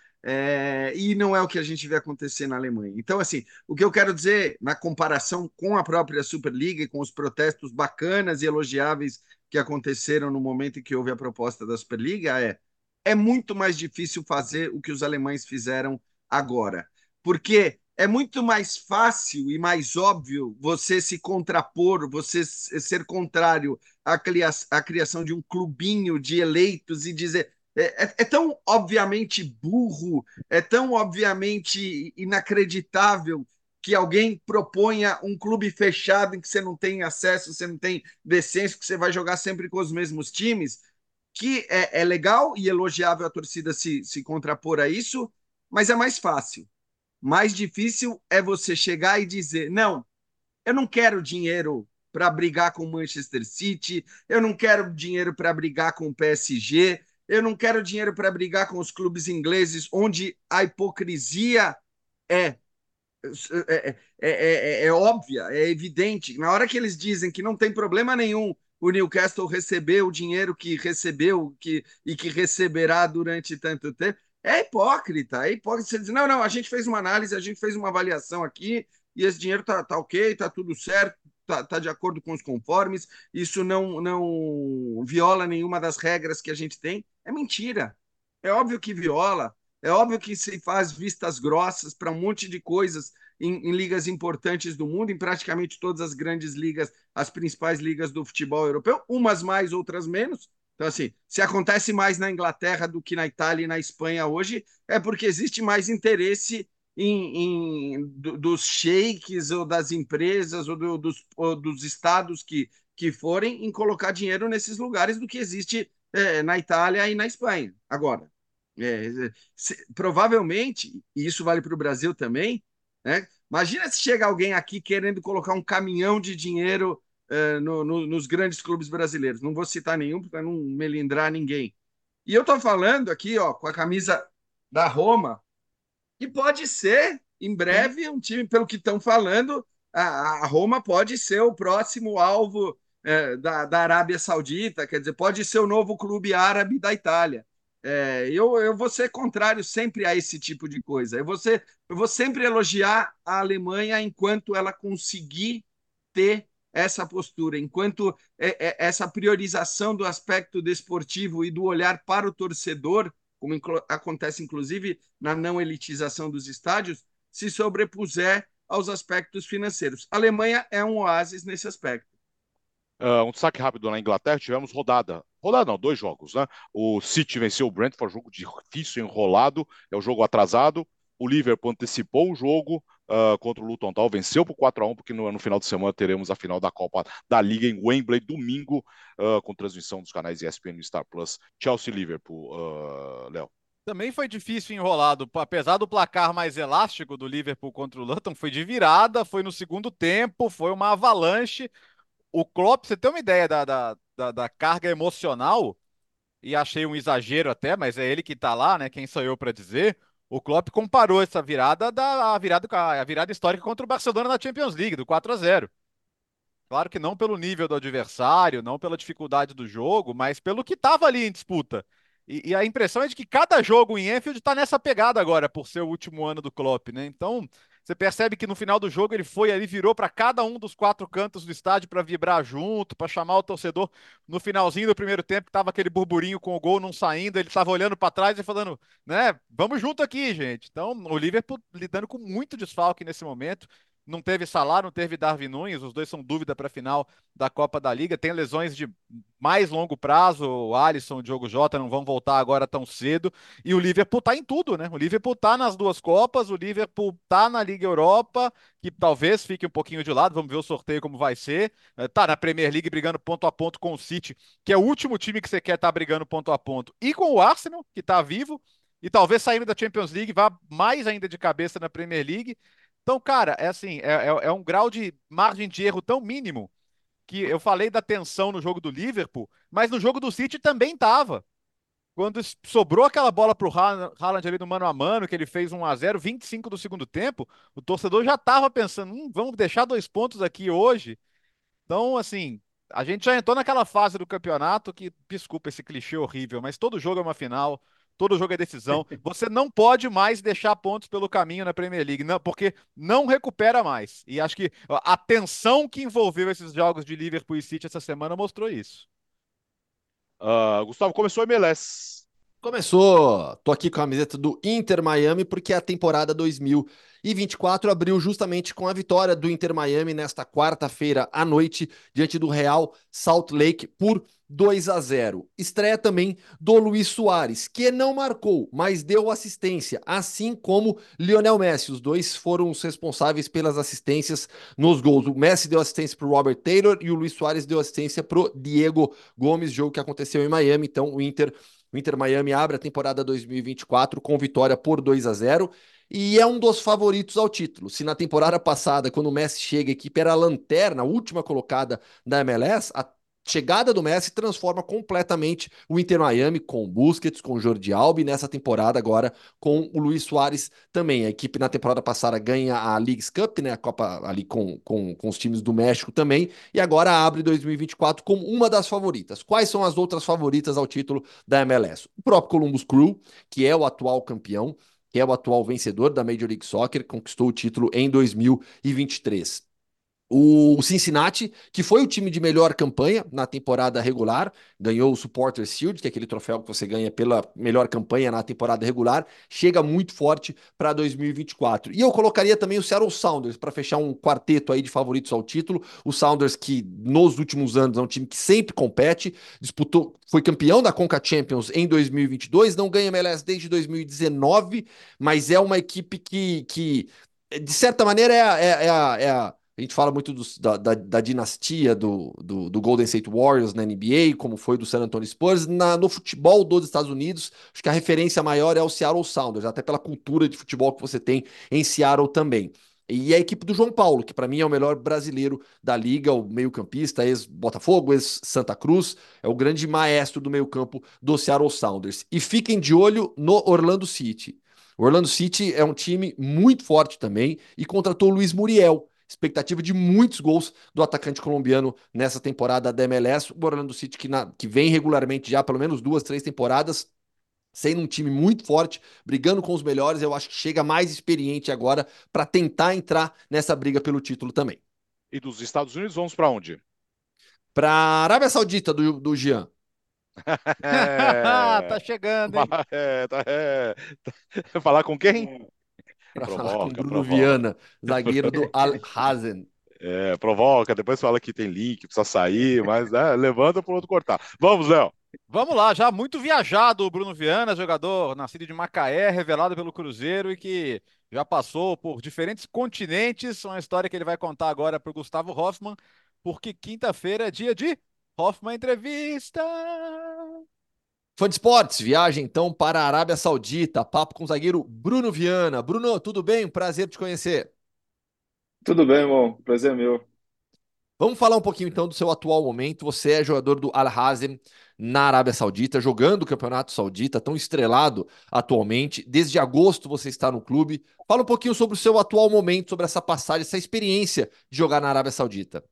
é, e não é o que a gente vê acontecer na Alemanha. Então, assim, o que eu quero dizer, na comparação com a própria Superliga e com os protestos bacanas e elogiáveis que aconteceram no momento em que houve a proposta da Superliga, é, é muito mais difícil fazer o que os alemães fizeram agora. Porque é muito mais fácil e mais óbvio você se contrapor, você ser contrário à, à criação de um clubinho de eleitos e dizer. É, é, é tão obviamente burro, é tão obviamente inacreditável que alguém proponha um clube fechado em que você não tem acesso, você não tem decência, que você vai jogar sempre com os mesmos times, que é, é legal e elogiável a torcida se, se contrapor a isso, mas é mais fácil. Mais difícil é você chegar e dizer: não, eu não quero dinheiro para brigar com o Manchester City, eu não quero dinheiro para brigar com o P S G, eu não quero dinheiro para brigar com os clubes ingleses, onde a hipocrisia é é, é, é, é, óbvia, é evidente. Na hora que eles dizem que não tem problema nenhum o Newcastle receber o dinheiro que recebeu que, e que receberá durante tanto tempo, é hipócrita. É hipócrita você dizer, não, não, a gente fez uma análise, a gente fez uma avaliação aqui e esse dinheiro tá, tá ok, tá tudo certo, tá, tá de acordo com os conformes, isso não, não viola nenhuma das regras que a gente tem. É mentira. É óbvio que viola. É óbvio que se faz vistas grossas para um monte de coisas em, em ligas importantes do mundo, em praticamente todas as grandes ligas, as principais ligas do futebol europeu, umas mais, outras menos. Então, assim, se acontece mais na Inglaterra do que na Itália e na Espanha hoje, é porque existe mais interesse em, em do, dos sheiks ou das empresas ou, do, dos, ou dos estados que, que forem em colocar dinheiro nesses lugares do que existe é, na Itália e na Espanha. Agora, é, se, provavelmente, e isso vale para o Brasil também, né? Imagina se chega alguém aqui querendo colocar um caminhão de dinheiro é, no, no, nos grandes clubes brasileiros. Não vou citar nenhum para não melindrar ninguém. E eu estou falando aqui, ó, com a camisa da Roma, e pode ser, em Sim. breve, um time, pelo que estão falando, a, a Roma pode ser o próximo alvo é, da, da Arábia Saudita, quer dizer, pode ser o novo clube árabe da Itália. É, eu, eu vou ser contrário sempre a esse tipo de coisa. Eu vou, ser, eu vou sempre elogiar a Alemanha enquanto ela conseguir ter essa postura, enquanto essa priorização do aspecto desportivo e do olhar para o torcedor, como acontece inclusive na não elitização dos estádios, se sobrepuser aos aspectos financeiros. A Alemanha é um oásis nesse aspecto. Uh, um destaque rápido na Inglaterra, tivemos rodada. Rodada não, dois jogos, né? O City venceu o Brentford, jogo difícil, enrolado, é o jogo atrasado. O Liverpool antecipou o jogo uh, contra o Luton Town, venceu por quatro a um, porque no, no final de semana teremos a final da Copa da Liga em Wembley, domingo, uh, com transmissão dos canais E S P N e Star Plus. Chelsea-Liverpool, uh, Léo. Também foi difícil enrolado, apesar do placar mais elástico do Liverpool contra o Luton, foi de virada, foi no segundo tempo, foi uma avalanche. O Klopp, você tem uma ideia da, da, da, da carga emocional, e achei um exagero até, mas é ele que tá lá, né? Quem sou eu para dizer? O Klopp comparou essa virada da a virada, a virada histórica contra o Barcelona na Champions League, do quatro a zero. Claro que não pelo nível do adversário, não pela dificuldade do jogo, mas pelo que estava ali em disputa. E, e a impressão é de que cada jogo em Anfield está nessa pegada agora, por ser o último ano do Klopp, né? Então, você percebe que no final do jogo ele foi ali, virou para cada um dos quatro cantos do estádio para vibrar junto, para chamar o torcedor. No finalzinho do primeiro tempo, que tava aquele burburinho com o gol não saindo, ele estava olhando para trás e falando, né, vamos junto aqui, gente. Então, o Liverpool lidando com muito desfalque nesse momento. Não teve Salah, não teve Darwin Núñez, os dois são dúvida para a final da Copa da Liga. Tem lesões de mais longo prazo, o Alisson, o Diogo Jota não vão voltar agora tão cedo. E o Liverpool tá em tudo, né? O Liverpool tá nas duas Copas, o Liverpool tá na Liga Europa, que talvez fique um pouquinho de lado, vamos ver o sorteio como vai ser. Tá na Premier League brigando ponto a ponto com o City, que é o último time que você quer estar tá brigando ponto a ponto, e com o Arsenal, que tá vivo, e talvez saindo da Champions League vá mais ainda de cabeça na Premier League. Então, cara, é assim, é, é, é um grau de margem de erro tão mínimo que eu falei da tensão no jogo do Liverpool, mas no jogo do City também tava. Quando sobrou aquela bola pro Haaland ali no mano a mano, que ele fez um a zero, vinte e cinco do segundo tempo, o torcedor já tava pensando, hum, vamos deixar dois pontos aqui hoje. Então, assim, a gente já entrou naquela fase do campeonato que, desculpa esse clichê horrível, mas todo jogo é uma final, todo jogo é decisão. Você não pode mais deixar pontos pelo caminho na Premier League, não, porque não recupera mais. E acho que a tensão que envolveu esses jogos de Liverpool e City essa semana mostrou isso. Uh, Gustavo, começou o M L S. Começou! Tô aqui com a camiseta do Inter Miami porque a temporada dois mil e vinte e quatro abriu justamente com a vitória do Inter Miami nesta quarta-feira à noite diante do Real Salt Lake por dois a zero. Estreia também do Luis Soares, que não marcou, mas deu assistência, assim como Lionel Messi. Os dois foram os responsáveis pelas assistências nos gols. O Messi deu assistência para o Robert Taylor e o Luis Soares deu assistência para o Diego Gomes, jogo que aconteceu em Miami. Então o Inter O Inter Miami abre a temporada dois mil e vinte e quatro com vitória por dois a zero e é um dos favoritos ao título. Se na temporada passada, quando o Messi chega, a equipe era a lanterna, a última colocada da M L S, a chegada do Messi transforma completamente o Inter Miami com o Busquets, com o Jordi Alba e nessa temporada agora com o Luis Soares também. A equipe na temporada passada ganha a Leagues Cup, né, a Copa ali com, com, com os times do México também, e agora abre dois mil e vinte e quatro como uma das favoritas. Quais são as outras favoritas ao título da M L S? O próprio Columbus Crew, que é o atual campeão, que é o atual vencedor da Major League Soccer, conquistou o título em dois mil e vinte e três. O Cincinnati, que foi o time de melhor campanha na temporada regular, ganhou o Supporters Shield, que é aquele troféu que você ganha pela melhor campanha na temporada regular, chega muito forte para dois mil e vinte e quatro. E eu colocaria também o Seattle Sounders para fechar um quarteto aí de favoritos ao título. O Sounders, que nos últimos anos é um time que sempre compete, disputou, foi campeão da Conca Champions em dois mil e vinte e dois, não ganha M L S desde dois mil e dezenove, mas é uma equipe que, que de certa maneira, é a, é a, é a A gente fala muito dos, da, da, da dinastia do, do, do Golden State Warriors na N B A, como foi do San Antonio Spurs. Na, no futebol dos Estados Unidos, acho que a referência maior é o Seattle Sounders, até pela cultura de futebol que você tem em Seattle também. E a equipe do João Paulo, que para mim é o melhor brasileiro da liga, o meio-campista, ex-Botafogo, ex-Santa Cruz, é o grande maestro do meio-campo do Seattle Sounders. E fiquem de olho no Orlando City. O Orlando City é um time muito forte também e contratou o Luiz Muriel. Expectativa de muitos gols do atacante colombiano nessa temporada da M L S. O Orlando City, que, na, que vem regularmente já pelo menos duas, três temporadas, sendo um time muito forte, brigando com os melhores, eu acho que chega mais experiente agora para tentar entrar nessa briga pelo título também. E dos Estados Unidos, vamos para onde? Para Arábia Saudita do, do Jean. É... Tá chegando, hein? Falar, é, tá, é... Falar com quem? Para falar com Provoca, Bruno provoca. Viana, zagueiro do Al Hazen. É, provoca, depois fala que tem link, precisa sair, mas né, levanta pro outro cortar. Vamos, Léo. Vamos lá, já muito viajado o Bruno Viana, jogador nascido de Macaé, revelado pelo Cruzeiro e que já passou por diferentes continentes. Uma história que ele vai contar agora para o Gustavo Hoffmann, porque quinta-feira é dia de Hoffmann Entrevista. Fã de esportes, viagem então para a Arábia Saudita. Papo com o zagueiro Bruno Viana. Bruno, tudo bem? Prazer te conhecer. Tudo bem, irmão. Prazer é meu. Vamos falar um pouquinho então do seu atual momento. Você é jogador do Al Hazen na Arábia Saudita, jogando o Campeonato Saudita, tão estrelado atualmente. Desde agosto você está no clube. Fala um pouquinho sobre o seu atual momento, sobre essa passagem, essa experiência de jogar na Arábia Saudita.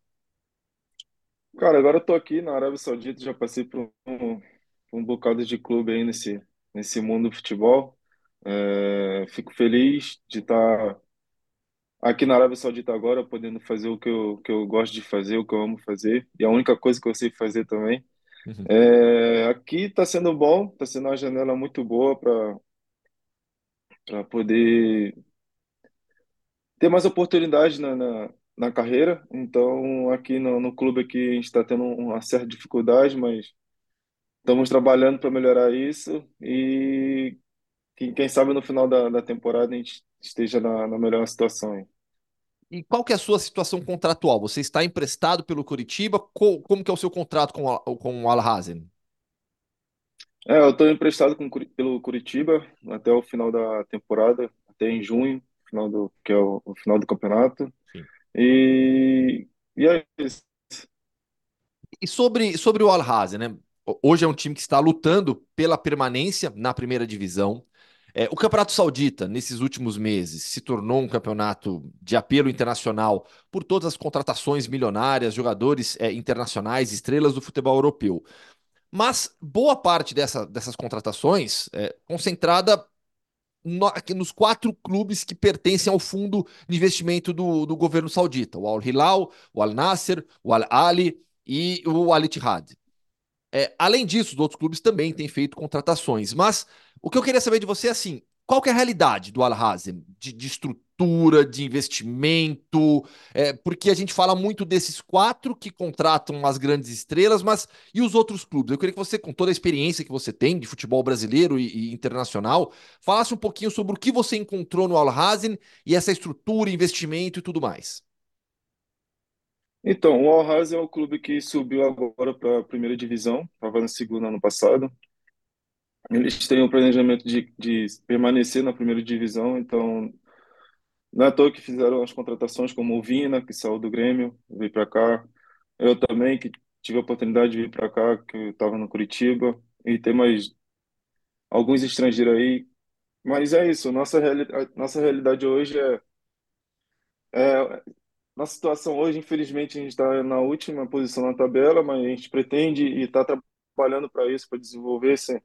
Cara, agora eu tô aqui na Arábia Saudita, já passei por um, por um bocado de clube aí nesse, nesse mundo do futebol. É, fico feliz de estar aqui na Arábia Saudita agora, podendo fazer o que eu, que eu gosto de fazer, o que eu amo fazer, e a única coisa que eu sei fazer também. Uhum. É, aqui está sendo bom, está sendo uma janela muito boa para para poder ter mais oportunidades na, na, na carreira. Então, aqui no, no clube aqui a gente está tendo uma certa dificuldade, mas estamos trabalhando para melhorar isso e quem, quem sabe no final da, da temporada a gente esteja na, na melhor situação aí. E qual que é a sua situação contratual? Você está emprestado pelo Curitiba? Co- Como que é o seu contrato com, a- com o Al Hazen? É, eu estou emprestado com, o Curi- pelo Curitiba até o final da temporada, até em junho, final do, que é o, o final do campeonato. Sim. E, e é isso. E sobre, sobre o Al Hazen, né? Hoje é um time que está lutando pela permanência na primeira divisão. É, o Campeonato Saudita, nesses últimos meses, se tornou um campeonato de apelo internacional por todas as contratações milionárias, jogadores é, internacionais, estrelas do futebol europeu. Mas boa parte dessa, dessas contratações é concentrada no- aqui nos quatro clubes que pertencem ao fundo de investimento do, do governo saudita: o Al Hilal, o Al Nasser, o Al Ahly e o Al Ittihad. É, além disso, os outros clubes também têm feito contratações. Mas o que eu queria saber de você é assim: qual que é a realidade do Al Hazem? De, de estrutura, de investimento? É, porque a gente fala muito desses quatro que contratam as grandes estrelas, mas e os outros clubes? Eu queria que você, com toda a experiência que você tem de futebol brasileiro e, e internacional, falasse um pouquinho sobre o que você encontrou no Al Hazem e essa estrutura, investimento e tudo mais. Então, o Al-Ahly é o clube que subiu agora para a primeira divisão, estava na segunda ano passado. Eles têm o planejamento de, de permanecer na primeira divisão, então não é à toa que fizeram as contratações como o Vina, que saiu do Grêmio, veio para cá. Eu também, que tive a oportunidade de vir para cá, que eu estava no Curitiba, e tem mais alguns estrangeiros aí. Mas é isso, nossa, reali a nossa realidade hoje é, é. Nossa situação hoje, infelizmente, a gente está na última posição na tabela, mas a gente pretende e está trabalhando para isso, para desenvolver esse,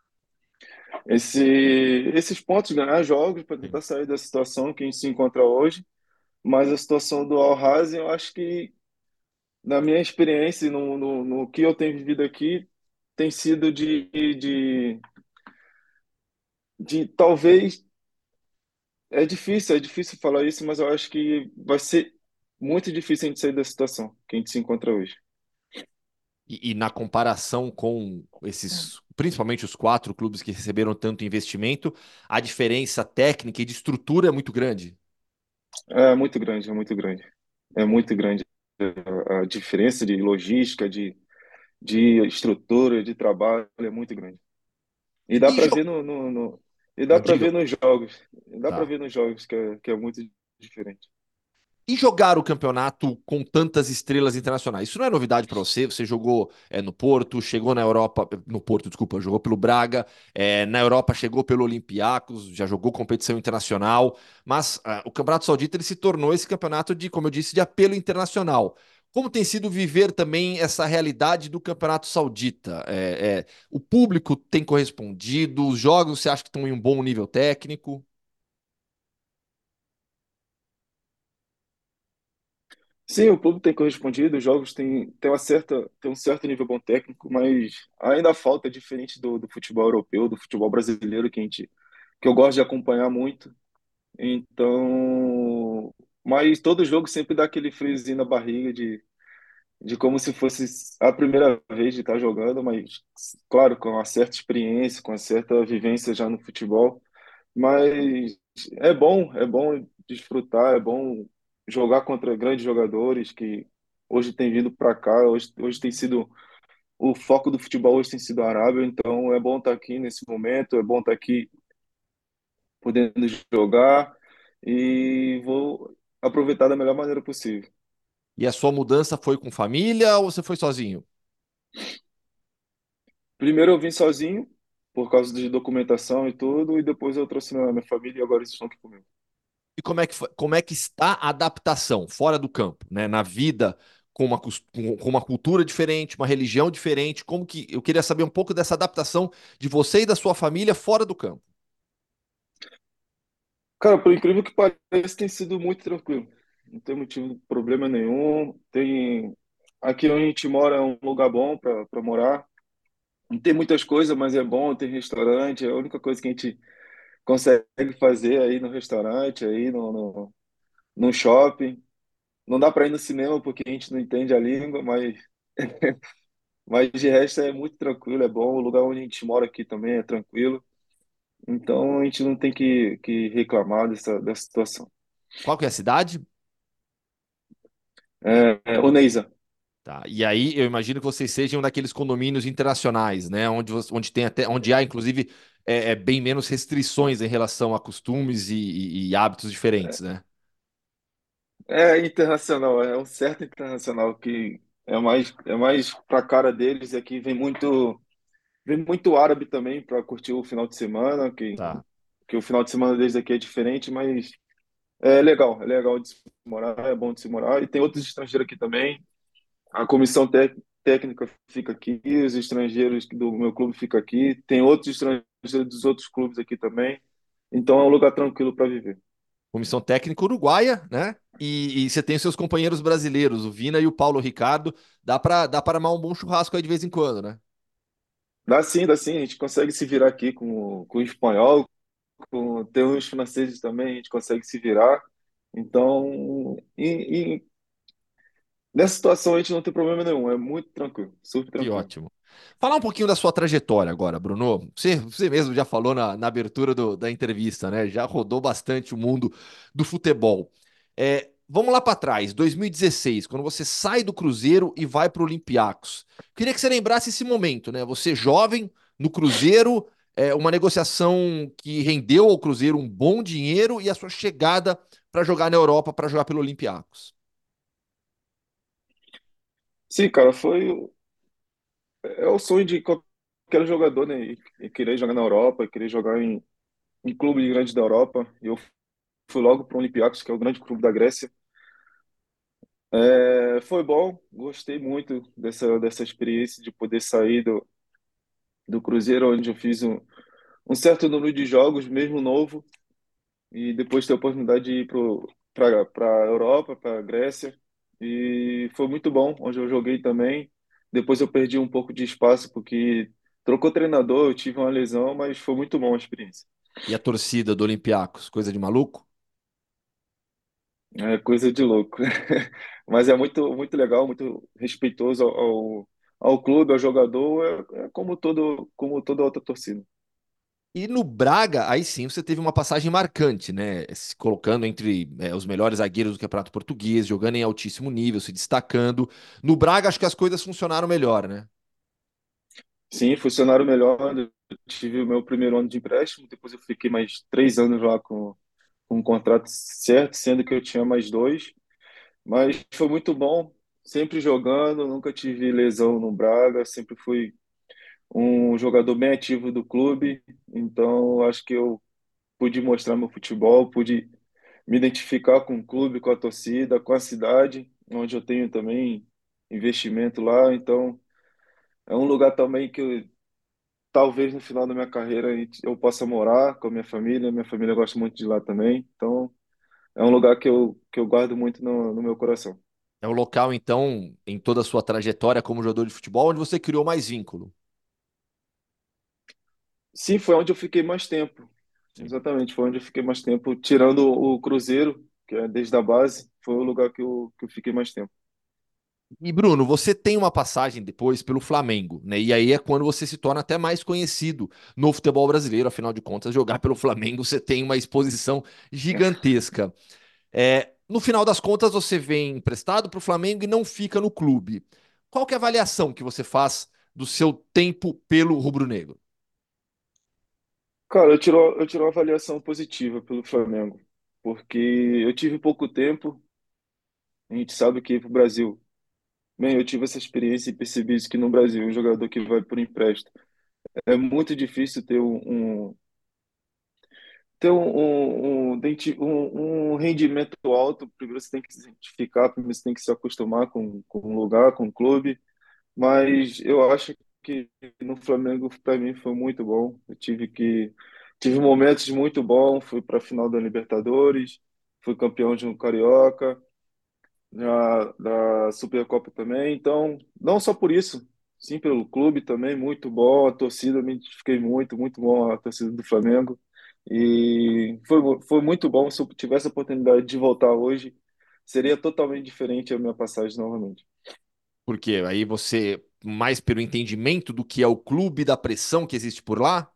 esse, esses pontos, ganhar jogos, para tentar sair da situação que a gente se encontra hoje. Mas a situação do Al-Hazen, eu acho que, na minha experiência, e no, no, no que eu tenho vivido aqui, tem sido de, de, de talvez. É difícil, é difícil falar isso, mas eu acho que vai ser muito difícil a gente sair da situação que a gente se encontra hoje. E, e na comparação com esses, principalmente os quatro clubes que receberam tanto investimento, a diferença técnica e de estrutura é muito grande. É muito grande, é muito grande. É muito grande a a diferença de logística, de, de estrutura, de trabalho é muito grande. E dá E para jo... ver no, no, no- e dá Ah, para diga. ver nos jogos, e dá para Tá. ver nos jogos que é, que é muito diferente. E jogar o campeonato com tantas estrelas internacionais? Isso não é novidade para você? Você jogou é, no Porto, chegou na Europa, no Porto, desculpa, jogou pelo Braga, é, na Europa chegou pelo Olympiacos, já jogou competição internacional, mas ah, o Campeonato Saudita ele se tornou esse campeonato de, como eu disse, de apelo internacional. Como tem sido viver também essa realidade do Campeonato Saudita? É, é, o público tem correspondido? Os jogos você acha que estão em um bom nível técnico? Sim, o clube tem correspondido, os jogos têm, têm uma certa, têm um certo nível bom técnico, mas ainda falta, diferente do, do futebol europeu, do futebol brasileiro, que a gente, que eu gosto de acompanhar muito. Então, mas todo jogo sempre dá aquele friozinho na barriga de, de como se fosse a primeira vez de estar jogando, mas claro, com uma certa experiência, com uma certa vivência já no futebol. Mas é bom, é bom desfrutar, é bom jogar contra grandes jogadores que hoje têm vindo para cá, hoje, hoje tem sido o foco do futebol hoje tem sido a Arábia, então é bom estar aqui nesse momento, é bom estar aqui podendo jogar e vou aproveitar da melhor maneira possível. E a sua mudança foi com família ou você foi sozinho? Primeiro eu vim sozinho por causa de documentação e tudo, e depois eu trouxe minha, minha família e agora eles estão aqui comigo. E como é que, foi- como é que está a adaptação fora do campo, né? Na vida, com uma, cus- com com uma cultura diferente, uma religião diferente. Como que eu queria saber um pouco dessa adaptação de você e da sua família fora do campo. Cara, por incrível que pareça, tem sido muito tranquilo. Não tem motivo, problema nenhum. Tem aqui onde a gente mora é um lugar bom para para morar. Não tem muitas coisas, mas é bom, tem restaurante. É a única coisa que a gente consegue fazer aí no restaurante, aí no, no, no shopping. Não dá para ir no cinema porque a gente não entende a língua, mas mas de resto é muito tranquilo, é bom. O lugar onde a gente mora aqui também é tranquilo. Então a gente não tem que, que reclamar dessa, dessa situação. Qual que é a cidade? É, é, ô Neisa, Tá. E aí eu imagino que vocês sejam daqueles condomínios internacionais, né? Onde, você- onde tem até, onde há, inclusive, é, é bem menos restrições em relação a costumes e, e- e hábitos diferentes, né? é internacional, é um certo internacional que é mais é mais para cara deles é que vem muito vem muito árabe também para curtir o final de semana, que Tá. que o final de semana deles aqui é diferente, mas é legal, é legal de se morar, é bom de se morar e tem outros estrangeiros aqui também. A comissão tec- técnica fica aqui, os estrangeiros do meu clube fica aqui, tem outros estrangeiros dos outros clubes aqui também. Então é um lugar tranquilo para viver. Comissão técnica uruguaia, né? E, e você tem os seus companheiros brasileiros, o Vina e o Paulo Ricardo. Dá para dá para armar um bom churrasco aí de vez em quando, né? Dá sim, dá sim, a gente consegue se virar aqui com, com o espanhol, com, tem uns franceses também, a gente consegue se virar. Então, e, e nessa situação a gente não tem problema nenhum, é muito tranquilo, super Que tranquilo. ótimo. Falar um pouquinho da sua trajetória agora, Bruno. Você, você mesmo já falou na, na abertura do- da entrevista, né? Já rodou bastante o mundo do futebol. É, vamos lá para trás, dois mil e dezesseis, quando você sai do Cruzeiro e vai para o Olympiacos. Queria que você lembrasse esse momento, né? Você jovem no Cruzeiro, é, uma negociação que rendeu ao Cruzeiro um bom dinheiro e a sua chegada para jogar na Europa, para jogar pelo Olympiacos. Sim, cara, foi o- é o sonho de qualquer jogador, né? E, e querer jogar na Europa, querer jogar em, em clube grande da Europa. E eu fui logo para o Olympiacos, que é o grande clube da Grécia. É, foi bom, gostei muito dessa, dessa experiência de poder sair do, do Cruzeiro, onde eu fiz um, um certo número de jogos, mesmo novo, e depois ter a oportunidade de ir para a Europa, para a Grécia. E foi muito bom, onde eu joguei também. Depois eu perdi um pouco de espaço, porque trocou treinador, eu tive uma lesão, mas foi muito bom a experiência. E a torcida do Olympiacos, coisa de maluco? É coisa de louco. Mas é muito, muito legal, muito respeitoso ao, ao, ao clube, ao jogador, é, é como todo, como toda outra torcida. E no Braga, aí sim você teve uma passagem marcante, né? Se colocando entre é, os melhores zagueiros do Campeonato Português, jogando em altíssimo nível, se destacando. No Braga, acho que as coisas funcionaram melhor, né? Sim, funcionaram melhor. Eu tive o meu primeiro ano de empréstimo, depois eu fiquei mais três anos lá com, com um contrato certo, sendo que eu tinha mais dois. Mas foi muito bom, sempre jogando, nunca tive lesão no Braga, sempre fui um jogador bem ativo do clube. Então, acho que eu pude mostrar meu futebol, pude me identificar com o clube, com a torcida, com a cidade, onde eu tenho também investimento lá. Então, é um lugar também que eu, talvez no final da minha carreira eu possa morar com a minha família. Minha família gosta muito de lá também. Então, é um lugar que eu, que eu guardo muito no, no meu coração. É o local, então, em toda a sua trajetória como jogador de futebol, onde você criou mais vínculo. Sim, foi onde eu fiquei mais tempo. Sim. Exatamente, foi onde eu fiquei mais tempo, tirando o Cruzeiro, que é desde a base, foi o lugar que eu, que eu fiquei mais tempo. E Bruno, você tem uma passagem depois pelo Flamengo, né? E aí é quando você se torna até mais conhecido no futebol brasileiro. Afinal de contas, jogar pelo Flamengo você tem uma exposição gigantesca. É, no final das contas, você vem emprestado para o Flamengo e não fica no clube. Qual que é a avaliação que você faz do seu tempo pelo rubro-negro? Cara, eu tiro, eu tiro uma avaliação positiva pelo Flamengo, porque eu tive pouco tempo, a gente sabe que para o Brasil, bem, eu tive essa experiência e percebi isso que no Brasil, um jogador que vai por empréstimo, é muito difícil ter um, um- ter um, um, um, denti- um- um rendimento alto. Primeiro você tem que se identificar, primeiro você tem que se acostumar com, com o lugar, com o clube. Mas eu acho que no Flamengo, para mim, foi muito bom. Eu tive que tive momentos muito bons. Fui para a final da Libertadores, fui campeão de um Carioca, da, da Supercopa também. Então, não só por isso, sim pelo clube também, muito bom. A torcida, me identifiquei muito, muito bom a torcida do Flamengo. E foi, foi muito bom. Se eu tivesse a oportunidade de voltar hoje, seria totalmente diferente a minha passagem novamente. Porque aí você, mais pelo entendimento do que é o clube, da pressão que existe por lá?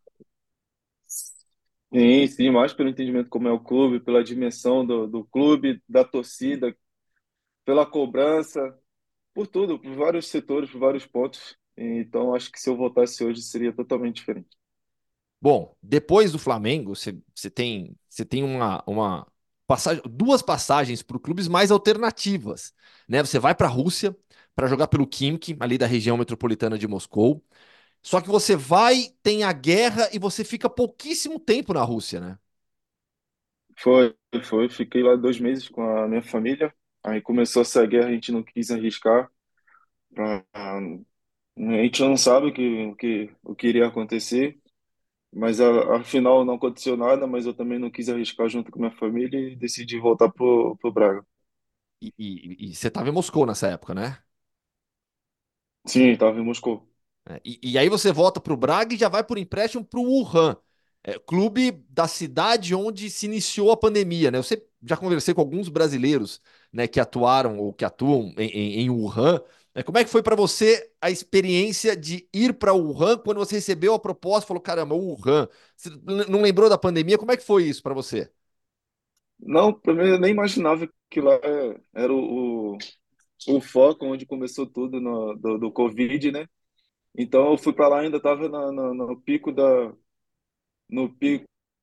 Sim, sim, mais pelo entendimento como é o clube, pela dimensão do, do clube, da torcida, pela cobrança, por tudo, por vários setores, por vários pontos. Então, acho que se eu voltasse hoje seria totalmente diferente. Bom, depois do Flamengo, você, você tem, você tem uma, uma passagem, duas passagens por clubes mais alternativas, né? Você vai para a Rússia para jogar pelo Khimki, ali da região metropolitana de Moscou. Só que você vai, tem a guerra e você fica pouquíssimo tempo na Rússia, né? Foi, foi, fiquei lá dois meses com a minha família. Aí começou essa guerra, a gente não quis arriscar. Pra, a gente não sabe o que, o que, o que iria acontecer, mas a- afinal não aconteceu nada, mas eu também não quis arriscar junto com minha família e decidi voltar pro, pro Braga. E, e- e você estava em Moscou nessa época, né? Sim, estava em Moscou. É, E, e aí você volta para o Braga e já vai por empréstimo para o Wuhan, é, clube da cidade onde se iniciou a pandemia, né? Eu sempre, já conversei com alguns brasileiros, né, que atuaram ou que atuam em, em, em Wuhan. Né? Como é que foi para você a experiência de ir para Wuhan quando você recebeu a proposta? Falou, caramba, Wuhan. Você não lembrou da pandemia? Como é que foi isso para você? Não, primeiro eu nem imaginava que lá era o, o, o foco onde começou tudo no, do, do Covid, né? Então eu fui para lá ainda estava no, no pico da no pico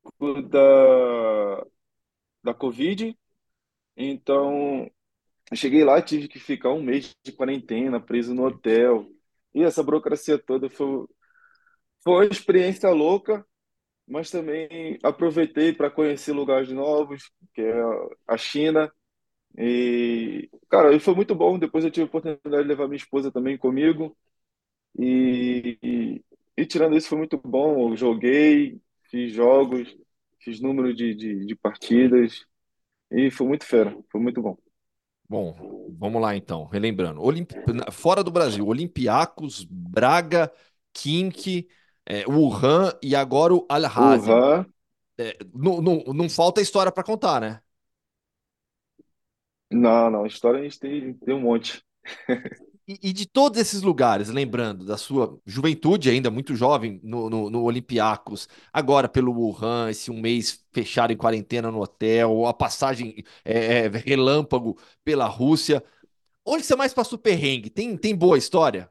da da Covid. Então eu cheguei lá, tive que ficar um mês de quarentena, preso no hotel. E essa burocracia toda foi foi uma experiência louca, mas também aproveitei para conhecer lugares novos, que é a China. E, cara, e foi muito bom. Depois eu tive a oportunidade de levar minha esposa também comigo. E, e, e tirando isso, foi muito bom. Eu joguei, fiz jogos, fiz número de, de, de partidas. E foi muito fera, foi muito bom. Bom, vamos lá então, relembrando. Olimp... Fora do Brasil, Olympiacos, Braga, Khimki, é, Wuhan e agora o Al-Hazm. Wuhan, É, não, não, não falta história para contar, né? não, não, história a gente tem, tem um monte. E, e de todos esses lugares, lembrando da sua juventude ainda muito jovem no, no, no Olympiacos, agora pelo Wuhan, esse um mês fechado em quarentena no hotel, a passagem é, é, relâmpago pela Rússia. Onde você mais passou perrengue? Tem, tem boa história?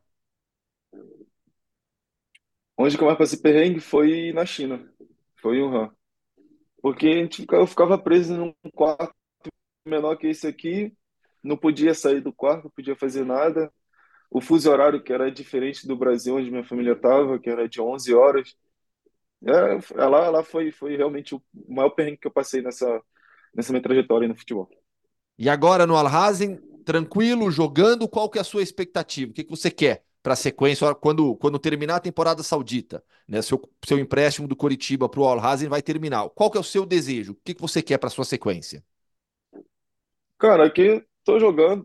Onde que eu mais passei perrengue foi na China, foi em Wuhan. Porque a gente, fica- eu ficava preso num quarto menor que esse aqui, não podia sair do quarto, não podia fazer nada. O fuso horário, que era diferente do Brasil, onde minha família estava, que era de onze horas. É, ela, ela foi, foi realmente o maior perrengue que eu passei nessa, nessa minha trajetória aí no futebol. E agora no Al-Hazm, tranquilo, jogando, qual que é a sua expectativa? O que, que você quer para a sequência quando, quando terminar a temporada saudita? Né? Seu, seu empréstimo do Coritiba para o Al-Hazm vai terminar. Qual que é o seu desejo? O que, que você quer para sua sequência? Cara, aqui tô jogando, tô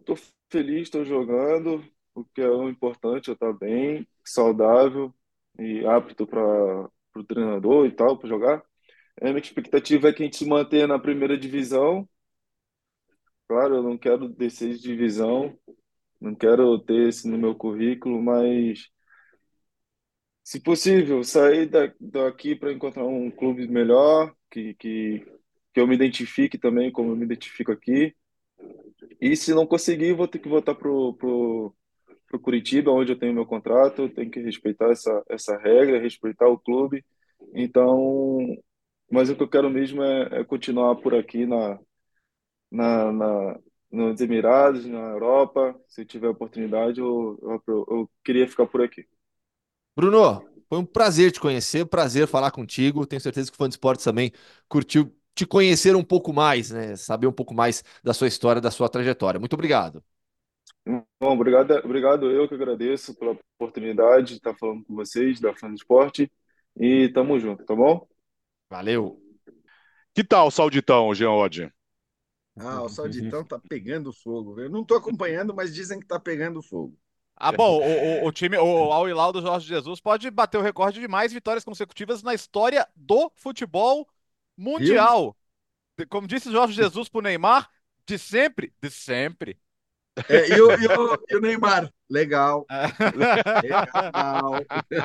feliz, estou jogando, o que é o importante, eu estar bem, saudável e apto para o treinador e tal, para jogar. A minha expectativa é que a gente se mantenha na primeira divisão. Claro, eu não quero descer de divisão, não quero ter isso no meu currículo, mas, se possível, sair da, daqui para encontrar um clube melhor, que, que, que eu me identifique também como eu me identifico aqui. E se não conseguir, vou ter que voltar pro, pro, pro Curitiba, onde eu tenho meu contrato, eu tenho que respeitar essa, essa regra, respeitar o clube. Então, mas o que eu quero mesmo é, é continuar por aqui na, na, na, nos Emirados, na Europa. Se tiver oportunidade, eu, eu, eu queria ficar por aqui. Bruno, foi um prazer te conhecer, prazer falar contigo. Tenho certeza que o Fã de Esportes também curtiu te conhecer um pouco mais, né? Saber um pouco mais da sua história, da sua trajetória. Muito obrigado. Bom, obrigado, obrigado eu que agradeço pela oportunidade de estar falando com vocês da Fã do Esporte e tamo junto, tá bom? Valeu. Que tal o Sauditão, Jean Oddi? Ah, o Sauditão tá pegando fogo. Eu não tô acompanhando, mas dizem que tá pegando fogo. Ah, bom, o, o, o time, o Al Hilal do Jorge Jesus pode bater o recorde de mais vitórias consecutivas na história do futebol Viu? mundial. De- Como disse Jorge Jesus pro Neymar, de sempre, de sempre. É, e, o, e, o, e o Neymar? Legal, legal.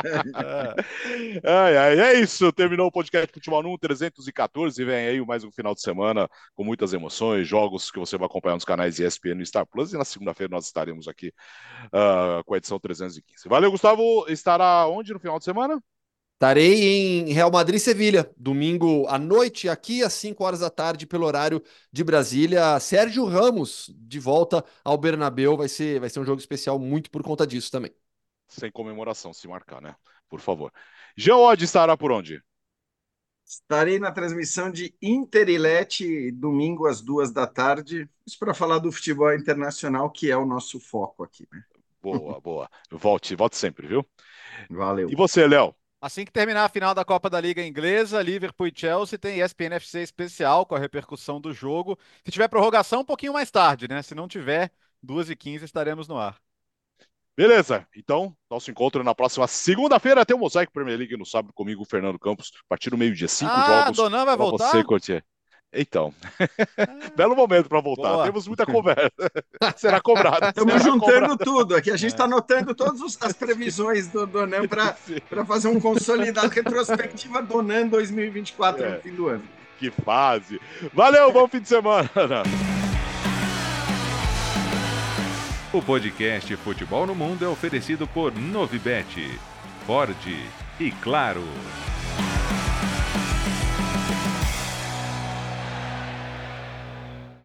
Ai, ai, é isso. Terminou o podcast Futebol número trezentos e quatorze. Vem aí mais um final de semana com muitas emoções, jogos que você vai acompanhar nos canais E S P N e Star Plus. E na segunda-feira nós estaremos aqui uh, com a edição trezentos e quinze. Valeu, Gustavo. Estará onde no final de semana? Estarei em Real Madrid e Sevilha, domingo à noite, aqui às cinco horas da tarde, pelo horário de Brasília. Sérgio Ramos, de volta ao Bernabéu. Vai ser, vai ser um jogo especial muito por conta disso também. Sem comemoração, se marcar, né? Por favor. Jean Oddi estará por onde? Estarei na transmissão de Inter e Lecce, domingo às duas da tarde, isso para falar do futebol internacional, que é o nosso foco aqui, né? Boa, boa. Volte, volte sempre, viu? Valeu. E você, Léo? Assim que terminar a final da Copa da Liga Inglesa, Liverpool e Chelsea, tem E S P N F C especial com a repercussão do jogo. Se tiver prorrogação, um pouquinho mais tarde, né? Se não tiver, duas e quinze estaremos no ar. Beleza, então, nosso encontro na próxima segunda-feira. Tem o Mosaico Premier League no sábado comigo, o Fernando Campos, a partir do meio-dia. Cinco Ah, jogos Donan vai para voltar? você curtir. Então, Ah, belo momento para voltar. boa. Temos muita conversa. Será cobrado. Estamos será juntando cobrado. tudo aqui. A gente está anotando todas os- as previsões do Donan para fazer um consolidado, retrospectiva Donan dois mil e vinte e quatro É. no fim do ano. Que fase. Valeu, bom fim de semana. O podcast Futebol no Mundo é oferecido por Novibet, Ford e Claro.